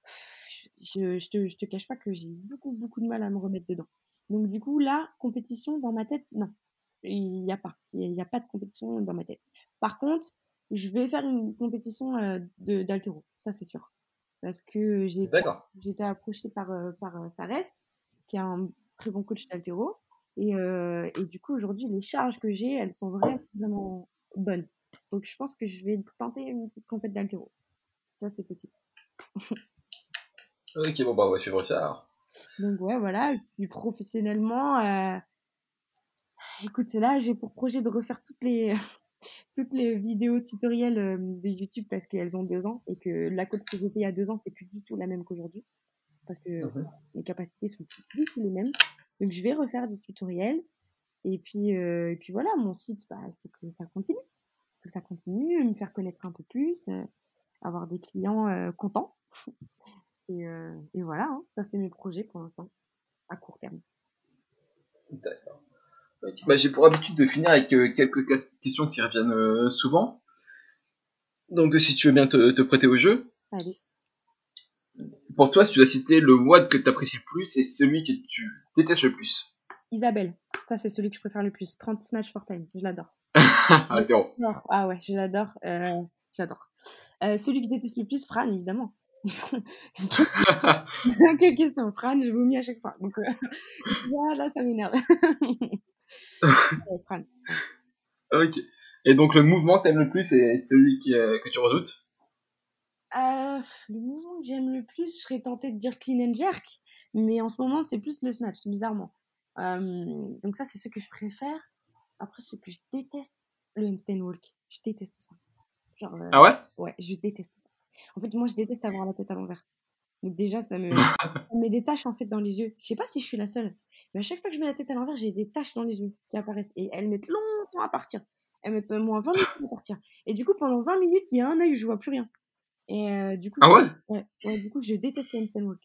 je te cache pas que j'ai beaucoup, beaucoup de mal à me remettre dedans. Donc du coup, là, compétition dans ma tête, non. Il n'y a pas. Il y a pas de compétition dans ma tête. Par contre, je vais faire une compétition d'haltéro, ça c'est sûr. Parce que D'accord. j'ai été approchée par Fares, qui est un très bon coach d'haltéro. Et du coup, aujourd'hui, les charges que j'ai, elles sont vraiment, vraiment bonnes. Donc, je pense que je vais tenter une petite compète d'haltéro. Ça, c'est possible. Ok, bon bah on va suivre ça alors. Donc, ouais, voilà. Et puis, professionnellement, écoute, là, j'ai pour projet de refaire toutes les vidéos tutoriels de YouTube parce qu'elles ont 2 ans et que la coach que j'étais il y a 2 ans, c'est plus du tout la même qu'aujourd'hui. Parce que Mhm. mes capacités sont plus du tout les mêmes. Donc, je vais refaire des tutoriels. Et puis voilà, mon site, bah, il faut que ça continue. Il faut que ça continue, me faire connaître un peu plus, avoir des clients contents. Et voilà, hein, ça c'est mes projets pour l'instant, à court terme. D'accord. Ok. Bah, j'ai pour habitude de finir avec quelques questions qui reviennent souvent. Donc si tu veux bien te prêter au jeu. Allez, Pour toi, si tu dois citer le WOD que tu apprécies le plus et celui que tu détestes le plus. Isabelle, ça c'est celui que je préfère le plus. 30 snatch for time, je l'adore. Je Ah, Pierrot. l'adore. Ah ouais, je l'adore. J'adore. Celui que je déteste le plus, Fran, évidemment. Quelle question, Fran, je vomis à chaque fois. Donc voilà, ça m'énerve. Ouais, Fran. Ok. Et donc le mouvement que t'aimes le plus est celui que tu redoutes. Le mouvement que j'aime le plus, je serais tentée de dire clean and jerk, mais en ce moment, c'est plus le snatch, bizarrement. Donc ça, c'est ce que je préfère. Après, ce que je déteste, le handstand walk. Je déteste ça. Genre, Ah ouais? ouais, je déteste ça. En fait, moi, je déteste avoir la tête à l'envers. Donc déjà, ça me met des taches, en fait, dans les yeux. Je sais pas si je suis la seule, mais à chaque fois que je mets la tête à l'envers, j'ai des taches dans les yeux qui apparaissent. Et elles mettent longtemps à partir. Elles mettent moins 20 minutes à partir. Et du coup, pendant 20 minutes, il y a un œil où je vois plus rien. Et du coup, Ah ouais? ouais, du coup, je déteste le handstand walk.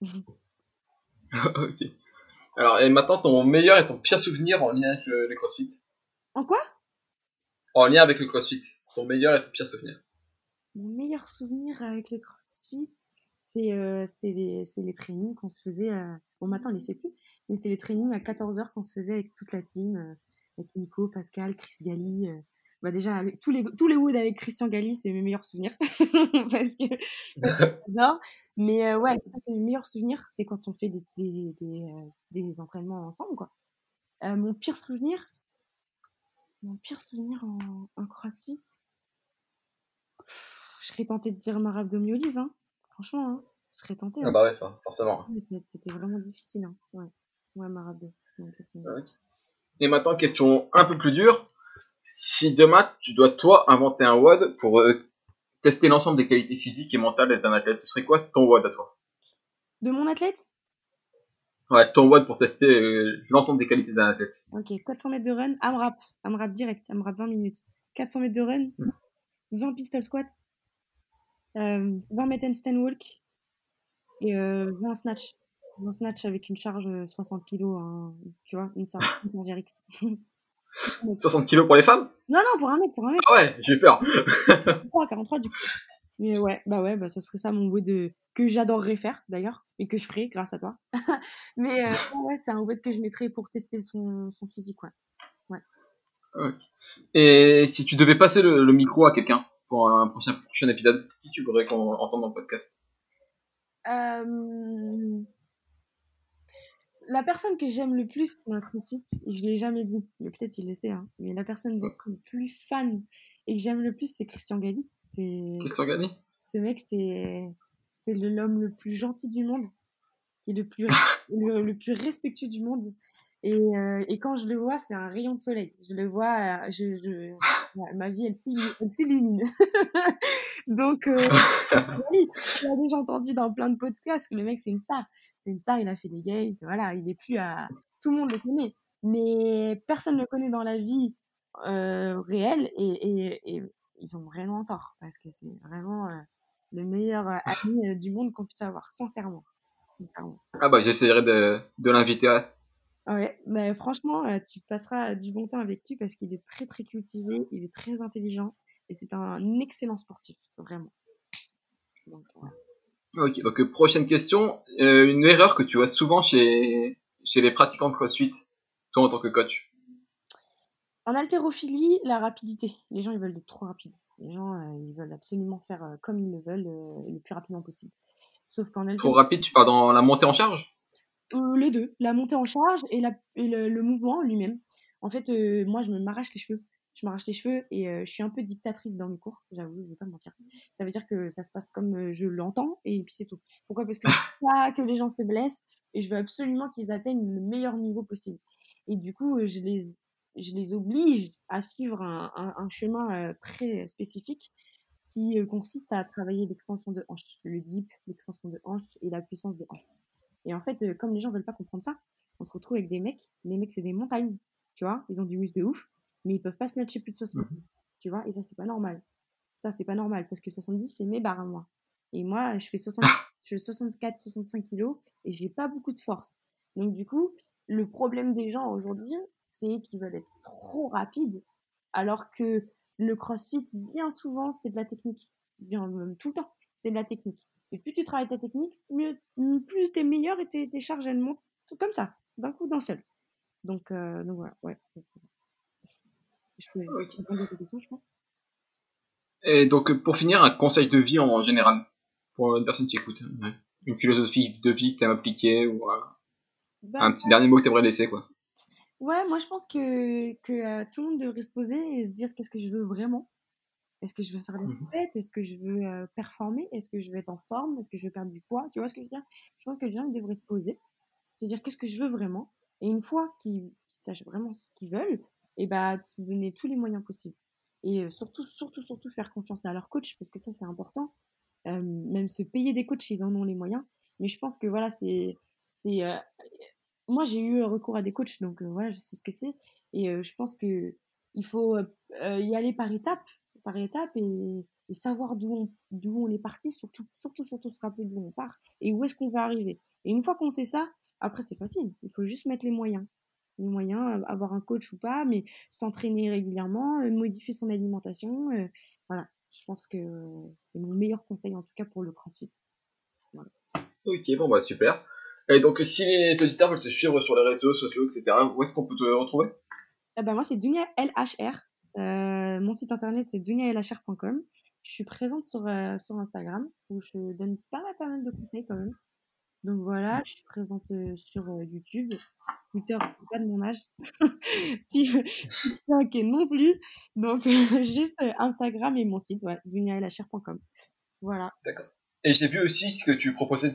Ok. Alors, et maintenant, ton meilleur et ton pire souvenir en lien avec le CrossFit. En quoi? En lien avec le CrossFit. Ton meilleur et ton pire souvenir. Mon meilleur souvenir avec le CrossFit, c'est les trainings qu'on se faisait. Bon, maintenant, on les fait plus, mais c'est les trainings à 14h qu'on se faisait avec toute la team, avec Nico, Pascal, Chris Gali. Bah déjà, avec tous les woods avec Christian Gali, c'est mes meilleurs souvenirs. Parce que j'adore. Mais ouais, ça, c'est mes meilleurs souvenirs, c'est quand on fait des entraînements ensemble, quoi. Mon pire souvenir en CrossFit, je serais tentée de dire ma rhabdomyolyse, hein. Franchement, hein. Je serais tentée, Ah hein. bah ouais, forcément. Mais c'était vraiment difficile, hein. Ouais. Ouais, ma rhabdo, c'est mon pire souvenir. Ok. Et maintenant, question un peu plus dure. Si demain, tu dois toi inventer un WOD pour tester l'ensemble des qualités physiques et mentales d'un athlète, ce serait quoi ton WOD à toi? De mon athlète? Ouais, ton WOD pour tester l'ensemble des qualités d'un athlète. Ok, 400 mètres de run, AMRAP direct, AMRAP 20 minutes. 400 mètres de run, 20 pistol squats, 20 mètres handstand walk et 20 snatch. 20 snatch avec une charge 60 kilos, hein, tu vois, une charge RX. 60 kilos pour les femmes? Non, non, pour un mec. Ah ouais, j'ai eu peur. 43 du coup. Mais ouais, bah ça serait ça mon WOD que j'adorerais faire d'ailleurs et que je ferais grâce à toi. Mais ouais, c'est un WOD que je mettrais pour tester son physique, ouais. Ouais. Ok. Et si tu devais passer le micro à quelqu'un pour un prochain épisode, qui tu voudrais qu'on entende dans le podcast? Euh, La personne que j'aime le plus dans le CrossFit, je l'ai jamais dit, mais peut-être il le sait, hein, mais la personne dont je suis le plus fan et que j'aime le plus, c'est Christian Galli. Qu'est-ce que tu as gagné? Ce mec, c'est l'homme le plus gentil du monde, qui est le plus respectueux du monde. Et quand je le vois, c'est un rayon de soleil. Je le vois, ma vie, elle s'illumine. Donc, oui, tu l'as déjà entendu dans plein de podcasts que le mec, c'est une star. C'est une star, il a fait des games, voilà, il est plus à. Tout le monde le connaît. Mais personne ne le connaît dans la vie réelle et ils ont vraiment tort parce que c'est vraiment le meilleur ami du monde qu'on puisse avoir, sincèrement. Sincèrement. Ah bah j'essaierai de l'inviter à... Ouais, mais franchement, tu passeras du bon temps avec lui parce qu'il est très très cultivé, il est très intelligent et c'est un excellent sportif, vraiment. Donc, voilà. Ok, donc prochaine question. Une erreur que tu vois souvent chez les pratiquants de CrossFit, toi en tant que coach. En haltérophilie, la rapidité. Les gens, ils veulent être trop rapides. Les gens, ils veulent absolument faire comme ils le veulent, le plus rapidement possible. Sauf qu'en Trop haltérophilie, rapide, tu pars dans la montée en charge? les deux, la montée en charge et le mouvement lui-même. En fait, moi, je m'arrache les cheveux. Je m'arrache les cheveux et je suis un peu dictatrice dans mes cours, j'avoue, je vais pas me mentir. Ça veut dire que ça se passe comme je l'entends et puis c'est tout. Pourquoi? Parce que je veux pas que les gens se blessent et je veux absolument qu'ils atteignent le meilleur niveau possible. Et du coup, je les oblige à suivre un chemin très spécifique qui consiste à travailler l'extension de hanche, le dip, l'extension de hanche et la puissance de hanche. Et en fait, comme les gens veulent pas comprendre ça, on se retrouve avec des mecs. Les mecs, c'est des montagnes, tu vois. Ils ont du muscle de ouf, mais ils peuvent pas se matcher plus de 70, tu vois. Et ça, c'est pas normal. Ça, c'est pas normal parce que 70, c'est mes barres à moi. Et moi, je fais 64, 65 kilos et j'ai pas beaucoup de force. Donc, du coup, le problème des gens aujourd'hui, c'est qu'ils veulent être trop rapides, alors que le crossfit, bien souvent, c'est de la technique. Bien, même tout le temps, c'est de la technique. Et plus tu travailles ta technique, plus t'es meilleur et tes charges, elles montent tout comme ça, d'un coup, d'un seul. Donc voilà, ouais, c'est ça. Je peux Ok. répondre à tes questions, je pense. Et donc pour finir, un conseil de vie en général, pour une personne qui écoute. Ouais. Une philosophie de vie que tu aimes appliquer ou Bah, un petit dernier mot que tu aimerais laisser, quoi. ouais, moi, je pense que tout le monde devrait se poser et se dire qu'est-ce que je veux vraiment. Est-ce que je veux faire des Mhm. fêtes? Est-ce que je veux performer? Est-ce que je veux être en forme? Est-ce que je veux perdre du poids? Tu vois ce que je veux dire? Je pense que les gens ils devraient se poser, se dire qu'est-ce que je veux vraiment. Et une fois qu'ils sachent vraiment ce qu'ils veulent, et bah, se donner tous les moyens possibles. Et surtout faire confiance à leur coach, parce que ça, c'est important. Même se payer des coachs, ils en ont les moyens. Mais je pense que voilà, c'est moi, j'ai eu recours à des coachs, donc voilà, je sais ce que c'est. Et je pense que il faut y aller par étape et savoir d'où on est parti, surtout se rappeler d'où on part et où est-ce qu'on va arriver. Et une fois qu'on sait ça, après, c'est facile. Il faut juste mettre les moyens. Les moyens, avoir un coach ou pas, mais s'entraîner régulièrement, modifier son alimentation. Voilà, je pense que c'est mon meilleur conseil, en tout cas pour le CrossFit. Voilà. Ok, bon bah super. Et donc si les auditeurs veulent te suivre sur les réseaux sociaux, etc., où est-ce qu'on peut te retrouver? Bah, moi, c'est Dunia LHR. Mon site internet, c'est dunialhr.com. Je suis présente sur Instagram où je donne pas mal de conseils quand même. Donc voilà, je suis présente sur YouTube. Twitter, c'est pas de mon âge. TikTok non plus. Donc juste Instagram et mon site, ouais, dunialhr.com. Voilà. D'accord. Et j'ai vu aussi que tu proposais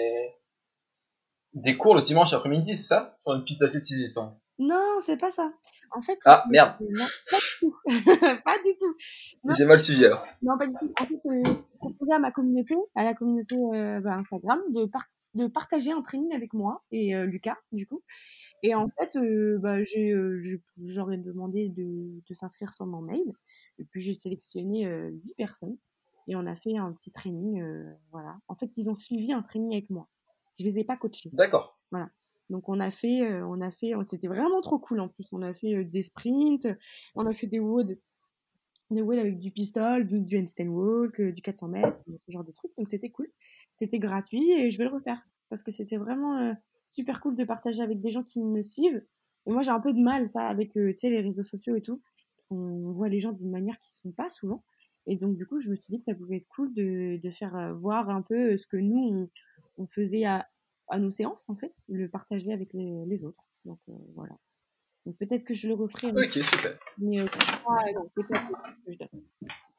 des cours le dimanche après-midi, c'est ça? Sur une piste d'athlétisme, il me semble. Non, c'est pas ça. En fait, Ah, merde, non, pas du tout. Pas du tout. Non, j'ai mal suivi alors. non, pas du tout. En fait, je proposais à ma communauté, à la communauté Instagram, de partager un training avec moi et Lucas, du coup. Et en fait, bah, j'aurais demandé de s'inscrire sur mon mail. Et puis, j'ai sélectionné 8 personnes. Et on a fait un petit training. Voilà. En fait, ils ont suivi un training avec moi. Je les ai pas coachés. D'accord. Voilà. Donc, c'était vraiment trop cool en plus. On a fait des sprints, on a fait des WOD avec du pistol, du handstand walk, du 400 mètres, ce genre de trucs. Donc c'était cool. C'était gratuit et je vais le refaire. Parce que c'était vraiment super cool de partager avec des gens qui me suivent. Et moi, j'ai un peu de mal, ça, avec tu sais, les réseaux sociaux et tout. On voit les gens d'une manière qui ne sont pas souvent. Et donc, du coup, je me suis dit que ça pouvait être cool de faire voir un peu ce que nous, on faisait à nos séances, en fait, le partager avec les autres. Donc, voilà. Donc peut-être que je le referai, Ok, super. mais non, c'est pas tout ce que je donne.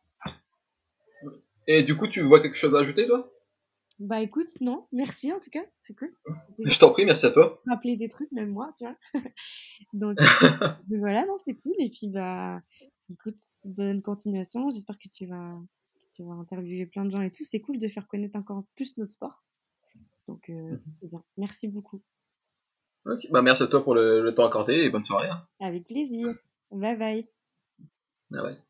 Et du coup, tu vois quelque chose à ajouter, toi? Bah écoute, non, merci en tout cas, c'est cool. Ça fait plaisir Je t'en prie, merci à toi. de rappeler des trucs, même moi, tu vois. Donc voilà, non, c'est cool. Et puis bah écoute, bonne continuation. J'espère que tu vas interviewer plein de gens et tout. C'est cool de faire connaître encore plus notre sport. Donc c'est bien. Merci beaucoup. Ok, bah merci à toi pour le temps accordé et bonne soirée. Hein. Avec plaisir. Bye bye. Ah ouais.